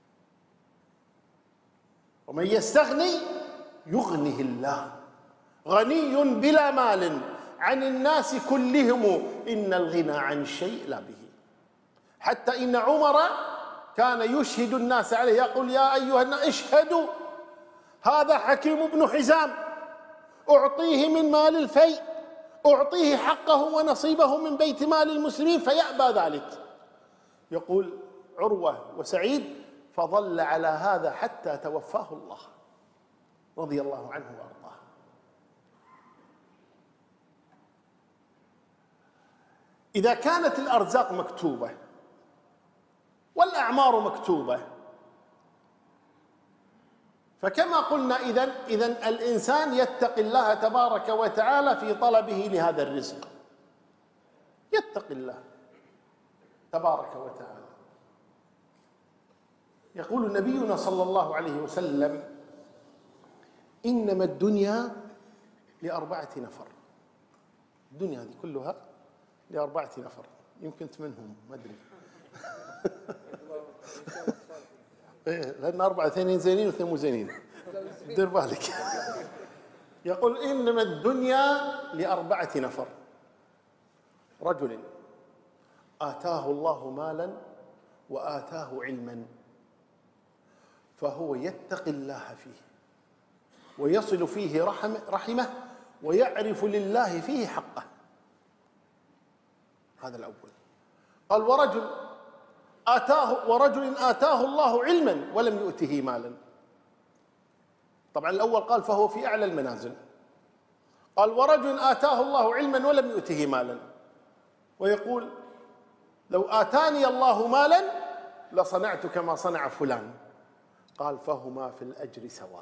ومن يستغني يغنه الله، غني بلا مال عن الناس كلهم، إن الغنى عن الشيء لا به. حتى إن عمر كان يشهد الناس عليه، يقول: يا أيها الناس اشهدوا، هذا حكيم بن حزام أعطيه من مال الفيء، أعطيه حقه ونصيبه من بيت مال المسلمين، فيأبى ذلك. يقول عروة وسعيد: فظل على هذا حتى توفاه الله رضي الله عنه وأرضاه. إذا كانت الأرزاق مكتوبة والأعمار مكتوبة، فكما قلنا إذن إذن الإنسان يتقي الله تبارك وتعالى في طلبه لهذا الرزق، يتقي الله تبارك وتعالى. يقول نبينا صلى الله عليه وسلم: إنما الدنيا لأربعة نفر. الدنيا هذه كلها لأربعة نفر، يمكن منهم ما أدري لأن أربعة اثنين زينين واثنين مو زينين، دير بالك. يقول: إنما الدنيا لأربعة نفر: رجل آتاه الله مالا وآتاه علما فهو يتقي الله فيه ويصل فيه رحمه ويعرف لله فيه حقه. هذا الأول. قال: ورجل آتاه ورجل آتاه الله علما ولم يؤته مالا. طبعا الأول قال فهو في أعلى المنازل. قال: ورجل آتاه الله علما ولم يؤته مالا، ويقول: لو آتاني الله مالا لصنعت كما صنع فلان. قال: فهما في الأجر سواء،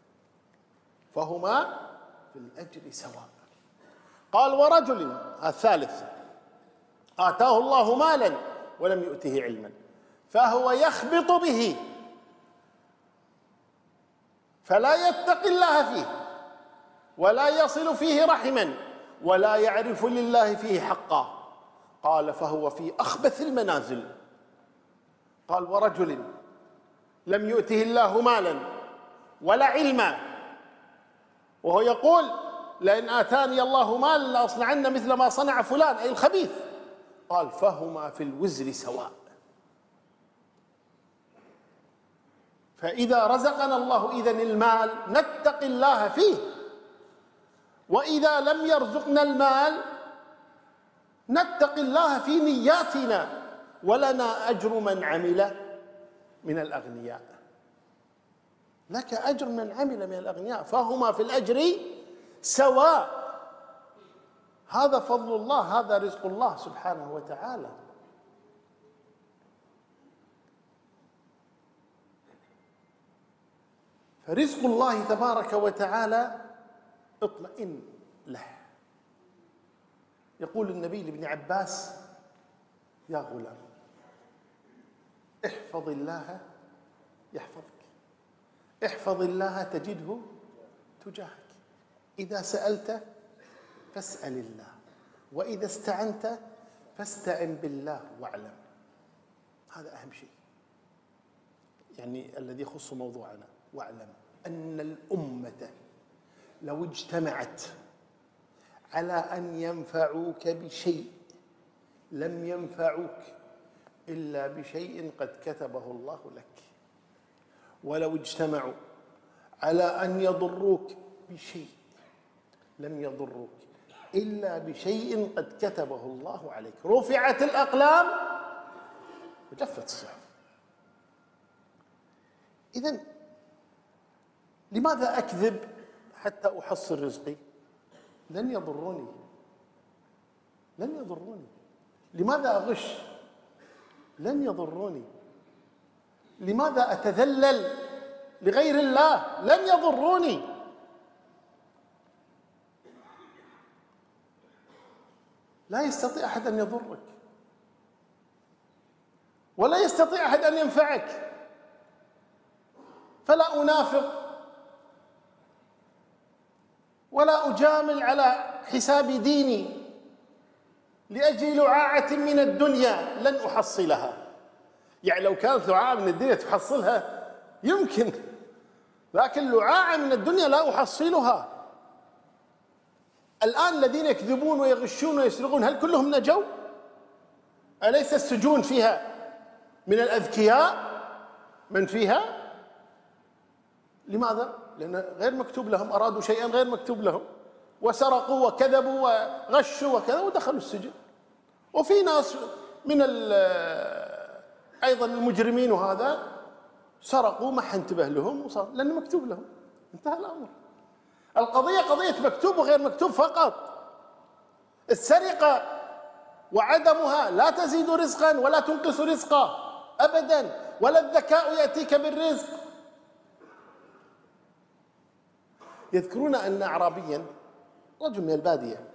فهما في الأجر سواء. قال: ورجل الثالث آتاه الله مالا ولم يؤته علما فهو يخبط به فلا يتقي الله فيه ولا يصل فيه رحما ولا يعرف لله فيه حقا. قال: فهو في أخبث المنازل. قال: ورجل لم يؤته الله مالا ولا علما وهو يقول: لئن آتاني الله مالا لأصنعن مثل ما صنع فلان، أي الخبيث. قال: فهما في الوزر سواء. فإذا رزقنا الله إذن المال نتقي الله فيه، وإذا لم يرزقنا المال نتقي الله في نياتنا، ولنا أجر من عمل من الأغنياء. لك أجر من عمل من الأغنياء، فهما في الأجر سواء. هذا فضل الله، هذا رزق الله سبحانه وتعالى. فرزق الله تبارك وتعالى اطمئن له. يقول النبي لابن عباس: يا غلام احفظ الله يحفظك، احفظ الله تجده تجاهك، إذا سألت فاسأل الله، وإذا استعنت فاستعن بالله واعلم. هذا أهم شيء، يعني الذي يخص موضوعنا. واعلم أن الأمة لو اجتمعت على أن ينفعوك بشيء لم ينفعوك إلا بشيء قد كتبه الله لك. ولو اجتمعوا على أن يضروك بشيء لم يضروك إلا بشيء قد كتبه الله عليك. رفعت الأقلام وجفت الصحف. إذن لماذا أكذب حتى أحصل رزقي؟ لن يضروني، لن يضروني. لماذا أغش؟ لن يضروني. لماذا أتذلل لغير الله؟ لن يضروني. لا يستطيع أحد أن يضرك، ولا يستطيع أحد أن ينفعك. فلا أنافق ولا أجامل على حساب ديني لأجل لعاعة من الدنيا لن أحصلها. يعني لو كانت لعاعة من الدنيا تحصلها يمكن، لكن لعاعة من الدنيا لا أحصلها. الآن الذين يكذبون ويغشون ويسرقون هل كلهم نجوا؟ أليس السجون فيها من الأذكياء من فيها؟ لماذا؟ لأن غير مكتوب لهم، أرادوا شيئا غير مكتوب لهم وسرقوا وكذبوا وغشوا وكذا ودخلوا السجن. وفي ناس من أيضا المجرمين وهذا سرقوا ما حنتبه لهم وصار لأنه مكتوب لهم، انتهى الأمر. القضية قضية مكتوب وغير مكتوب فقط. السرقة وعدمها لا تزيد رزقا ولا تنقص رزقا أبدا، ولا الذكاء يأتيك بالرزق. يذكرون أن أعرابيا رجل من البادية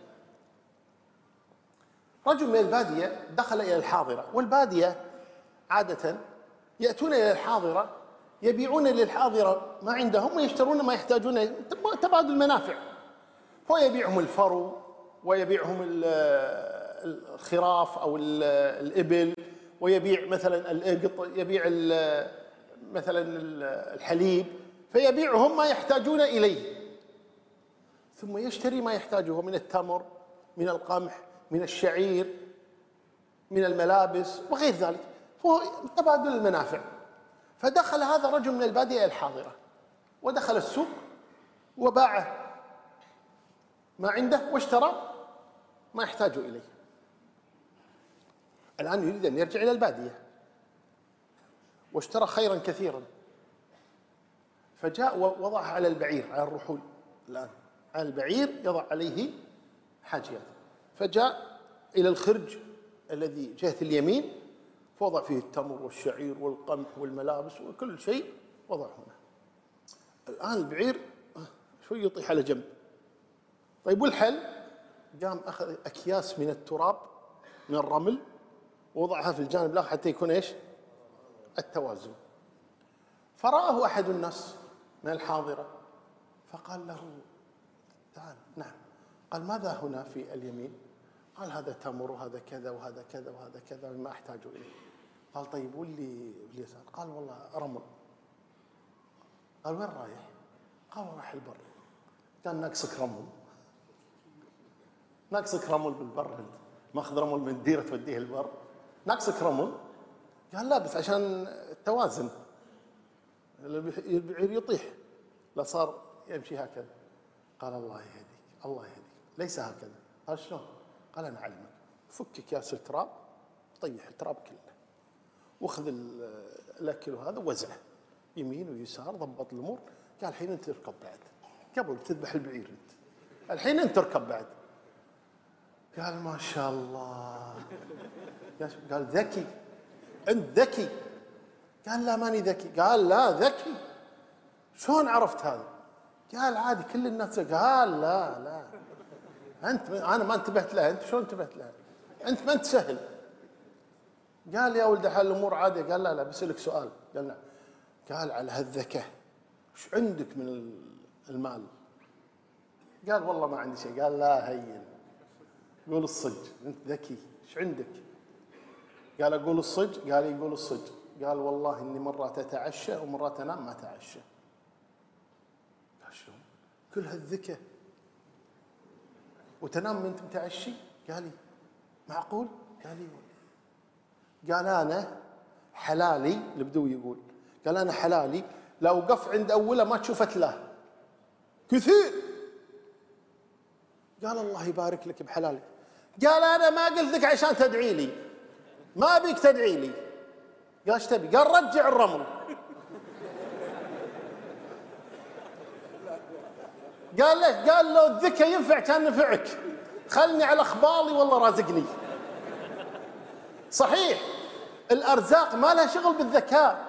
رجل من البادية دخل إلى الحاضرة، والبادية عادة يأتون إلى الحاضرة يبيعون للحاضرة ما عندهم ويشترون ما يحتاجون، تبادل المنافع. هو يبيعهم الفرو ويبيعهم الخراف أو الإبل، ويبيع مثلا الإقط، يبيع مثلا الحليب، فيبيعهم ما يحتاجون إليه، ثم يشتري ما يحتاجه من التمر، من القمح، من الشعير، من الملابس وغير ذلك. فهو تبادل المنافع. فدخل هذا الرجل من البادية الحاضرة ودخل السوق وباع ما عنده واشترى ما يحتاج إليه. الآن يريد أن يرجع إلى البادية واشترى خيرا كثيرا، فجاء ووضعها على البعير، على الرحول. الآن على البعير يضع عليه حاجيات، فجاء إلى الخرج الذي جهة اليمين فوضع فيه التمر والشعير والقمح والملابس وكل شيء وضع هنا. الآن البعير شوي يطيح على جنب. طيب والحل؟ قام أخذ أكياس من التراب من الرمل ووضعها في الجانب الآخر حتى يكون إيش؟ التوازن. فرآه أحد الناس من الحاضرة فقال له تعال. نعم. قال ماذا هنا في اليمين؟ قال هذا تمر وهذا كذا وهذا كذا وهذا كذا ما أحتاج إليه. قال طيب واللي باليسار؟ قال والله رمل. قال وين رايح؟ قال رايح البر. قال ناقصك رمل، ناقصك رمل بالبر، انت ماخذ رمل من الديره توديه البر، ناقصك رمل. قال لا بس عشان التوازن، البعير يطيح لا صار يمشي هكذا. قال الله يهديك الله يهديك، ليس هكذا. قال شلون؟ قال انا اعلمك، فك اكياس التراب، طيح التراب كله، واخذ الاكل وهذا وزعه يمين ويسار، ضبط الامور. قال الحين انت تركب بعد، قبل تذبح البعير انت، الحين انت تركب بعد. قال ما شاء الله. قال ذكي، انت ذكي. قال لا ماني ذكي. قال لا ذكي. شلون عرفت هذا؟ قال عادي كل الناس. قال لا لا انت، انا ما انتبهت لها، انت شلون انتبهت لها؟ انت ما انت سهل. قال يا ولد حل الامور عاديه. قال لا لا بسألك سؤال. قال نعم. قال على هالذكاء ايش عندك من المال؟ قال والله ما عندي شيء. قال لا هين، قول الصدق، انت ذكي، ايش عندك؟ قال اقول الصدق. قال يقول الصدق. قال والله اني مرات اتعشى ومرات انام ما اتعشى. قال شلون؟ كل هالذكاء وتنام وانت متعشي؟ قال لي معقول؟ قال لي قال انا حلالي، البدوي يقول، قال انا حلالي لو وقف عند أوله ما تشوف له كثير. قال الله يبارك لك بحلالك. قال أنا ما قلت لك عشان تدعي لي، ما أبيك تدعي لي. قال ايش تبي؟ قال رجع الرمل. قال ليش؟ قال لو الذكى ينفع كان نفعك، خلني على اخبالي والله رازقني. صحيح الارزاق ما لها شغل بالذكاء.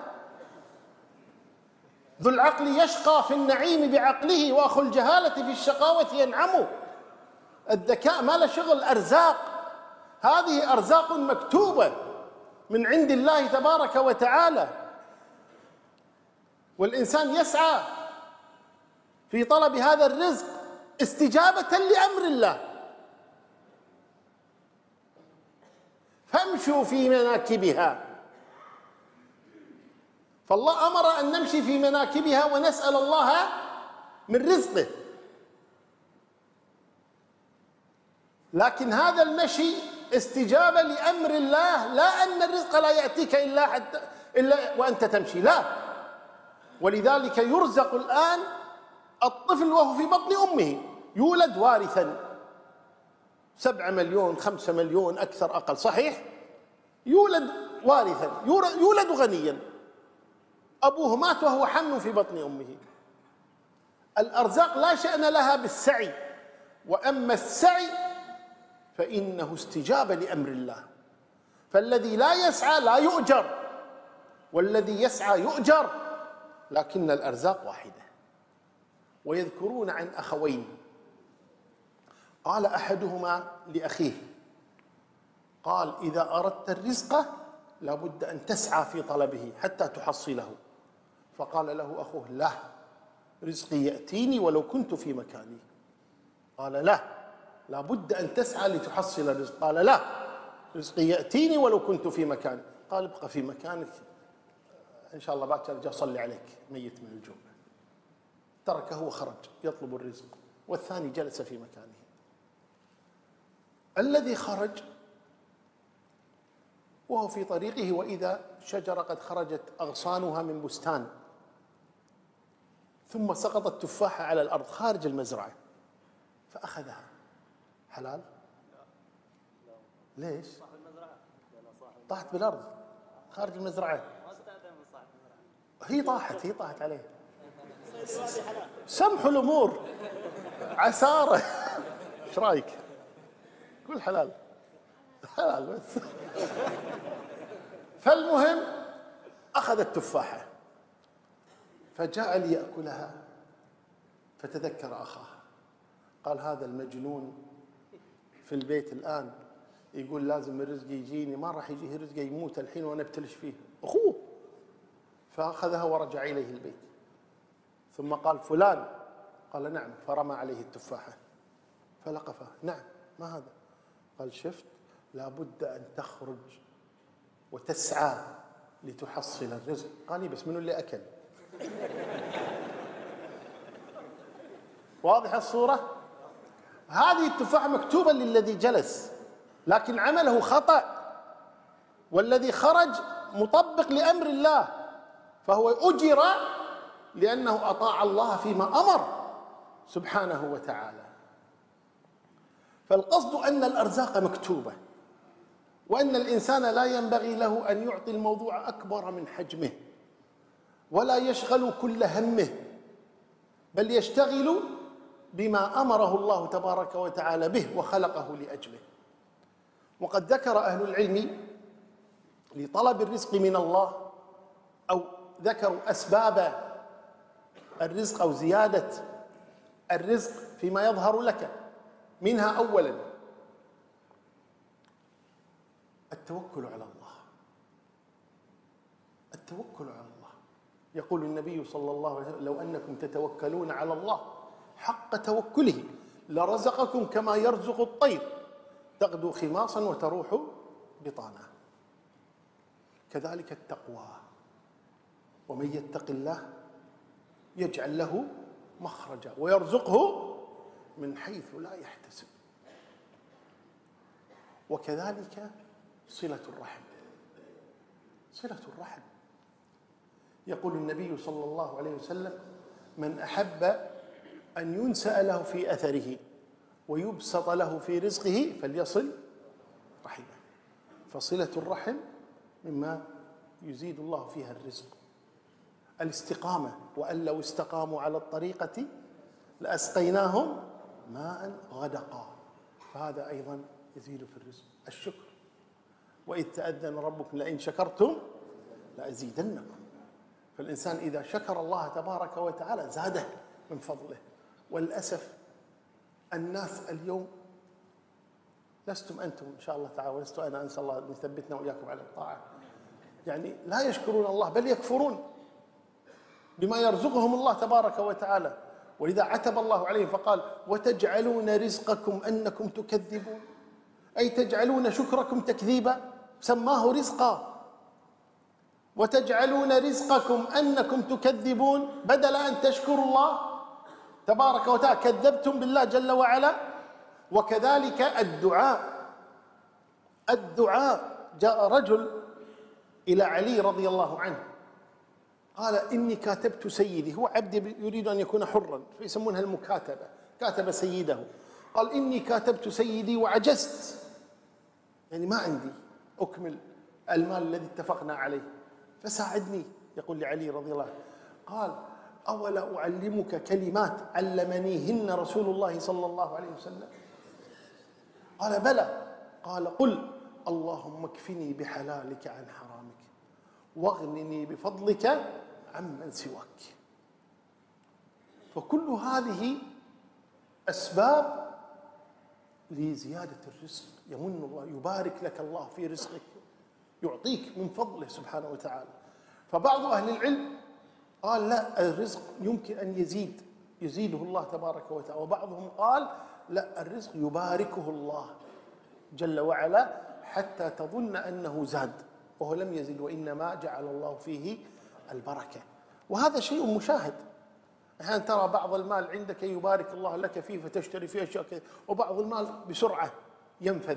ذو العقل يشقى في النعيم بعقله، واخو الجهاله في الشقاوه ينعم. الذكاء ما له شغل. ارزاق هذه ارزاق مكتوبه من عند الله تبارك وتعالى، والانسان يسعى في طلب هذا الرزق استجابة لأمر الله. فامشوا في مناكبها. فالله أمر أن نمشي في مناكبها ونسأل الله من رزقه، لكن هذا المشي استجابة لأمر الله، لا أن الرزق لا يأتيك إلا, حتى إلا وأنت تمشي، لا. ولذلك يرزق الآن الطفل وهو في بطن أمه، يولد وارثا، سبعة مليون خمسة مليون أكثر أقل، صحيح؟ يولد وارثا، يولد غنيا، أبوه مات وهو حمل في بطن أمه. الأرزاق لا شأن لها بالسعي، وأما السعي فإنه استجابة لأمر الله. فالذي لا يسعى لا يؤجر، والذي يسعى يؤجر، لكن الأرزاق واحدة. ويذكرون عن أخوين، قال أحدهما لأخيه، قال إذا أردت الرزق لابد أن تسعى في طلبه حتى تحصله. فقال له أخوه لا، رزقي يأتيني ولو كنت في مكاني. قال لا، لابد أن تسعى لتحصل الرزق. قال لا، رزقي يأتيني ولو كنت في مكاني. قال ابقى في مكانك، إن شاء الله باكر أرجع أصلي عليك ميت من الجوع. تركه وخرج يطلب الرزق، والثاني جلس في مكانه. الذي خرج وهو في طريقه وإذا شجرة قد خرجت أغصانها من بستان، ثم سقطت تفاحة على الأرض خارج المزرعة فأخذها. حلال؟ ليش؟ طاحت بالأرض خارج المزرعة، هي طاحت هي طاحت عليه. سمحوا الأمور، عسارة. ايش رايك؟ قول حلال. حلال بس. فالمهم أخذ التفاحة فجاء ليأكلها، فتذكر أخاه، قال هذا المجنون في البيت الآن يقول لازم الرزق يجيني، ما راح يجيه رزق، يموت الحين وأنا ابتلش فيه، أخوه. فأخذها ورجع إليه البيت، ثم قال فلان، قال نعم، فرمى عليه التفاحة فلقفه، نعم ما هذا؟ قال شفت، لابد أن تخرج وتسعى لتحصل الرزق. قال لي بس منو اللي أكل؟ واضح الصورة؟ هذه التفاحة مكتوبة للذي جلس، لكن عمله خطأ، والذي خرج مطبق لأمر الله، فهو أجر لأنه أطاع الله فيما أمر سبحانه وتعالى. فالقصد أن الأرزاق مكتوبة، وأن الإنسان لا ينبغي له أن يعطي الموضوع أكبر من حجمه، ولا يشغل كل همه، بل يشتغل بما أمره الله تبارك وتعالى به وخلقه لأجله. وقد ذكر أهل العلم لطلب الرزق من الله، أو ذكروا أسباب الرزق أو زيادة الرزق فيما يظهر لك. منها أولا التوكل على الله. التوكل على الله، يقول النبي صلى الله عليه وسلم لو أنكم تتوكلون على الله حق توكله لرزقكم كما يرزق الطير تغدو خماصا وتروح بطانا. كذلك التقوى، ومن يتق الله يجعل له مخرجا ويرزقه من حيث لا يحتسب. وكذلك صلة الرحم. صلة الرحم يقول النبي صلى الله عليه وسلم: من أحب أن ينسأ له في أثره ويبسط له في رزقه فليصل رحمه. فصلة الرحم مما يزيد الله فيها الرزق. الاستقامة: وأن لو استقاموا على الطريقة لأسقيناهم ماء غدقا، فهذا أيضا يزيد في الرزق. الشكر: وإذ تأذن ربكم لئن شكرتم لأزيدنكم. فالإنسان إذا شكر الله تبارك وتعالى زاده من فضله. وللأسف الناس اليوم، لستم أنتم إن شاء الله تعالى ولست أنا، أنسأل الله أن يثبتنا وإياكم على الطاعة، يعني لا يشكرون الله بل يكفرون بما يرزقهم الله تبارك وتعالى. ولذا عتب الله عليهم فقال: وتجعلون رزقكم أنكم تكذبون، أي تجعلون شكركم تكذيبا، سماه رزقا. وتجعلون رزقكم أنكم تكذبون، بدل أن تشكروا الله تبارك وتعالى كذبتم بالله جل وعلا. وكذلك الدعاء. الدعاء: جاء رجل إلى علي رضي الله عنه قال: إني كاتبت سيدي، هو عبد يريد أن يكون حرا فيسمونها المكاتبة، كاتب سيده. قال: إني كاتبت سيدي وعجزت، يعني ما عندي أكمل المال الذي اتفقنا عليه، فساعدني. يقول لعلي رضي الله عنه، قال: أولا أعلمك كلمات علمنيهن رسول الله صلى الله عليه وسلم؟ قال: بلى. قال: قل: اللهم اكفني بحلالك عن حرامك واغنني بفضلك عمن سواك. فكل هذه أسباب لزيادة الرزق. يمن الله، يبارك لك الله في رزقك، يعطيك من فضله سبحانه وتعالى. فبعض أهل العلم قال: لا، الرزق يمكن أن يزيد، يزيده الله تبارك وتعالى. وبعضهم قال: لا، الرزق يباركه الله جل وعلا حتى تظن أنه زاد وهو لم يزد، وإنما جعل الله فيه البركة. وهذا شيء مشاهد. أحيانا ترى بعض المال عندك يبارك الله لك فيه فتشتري فيه أشياء كذا، وبعض المال بسرعة ينفذ.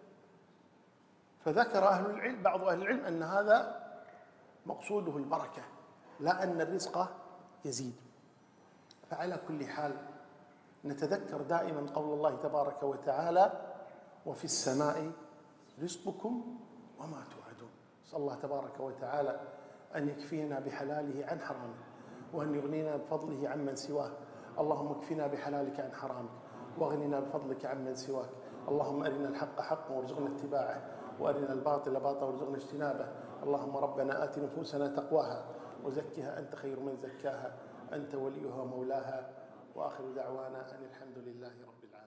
فذكر أهل العلم، بعض أهل العلم، أن هذا مقصوده البركة لا أن الرزق يزيد. فعلى كل حال نتذكر دائما قول الله تبارك وتعالى: وفي السماء رزقكم وما توعدون. نسأل الله تبارك وتعالى أن يكفينا بحلاله عن حرامه، وأن يغنينا بفضله عمن سواه. اللهم اكفنا بحلالك عن حرامك واغننا بفضلك عمن سواك. اللهم أرنا الحق حقا وارزقنا اتباعه، وأرنا الباطل باطلا وارزقنا اجتنابه. اللهم ربنا آت نفوسنا تقواها وزكها أنت خير من زكاها، أنت وليها ومولاها. وآخر دعوانا أن الحمد لله رب العالمين.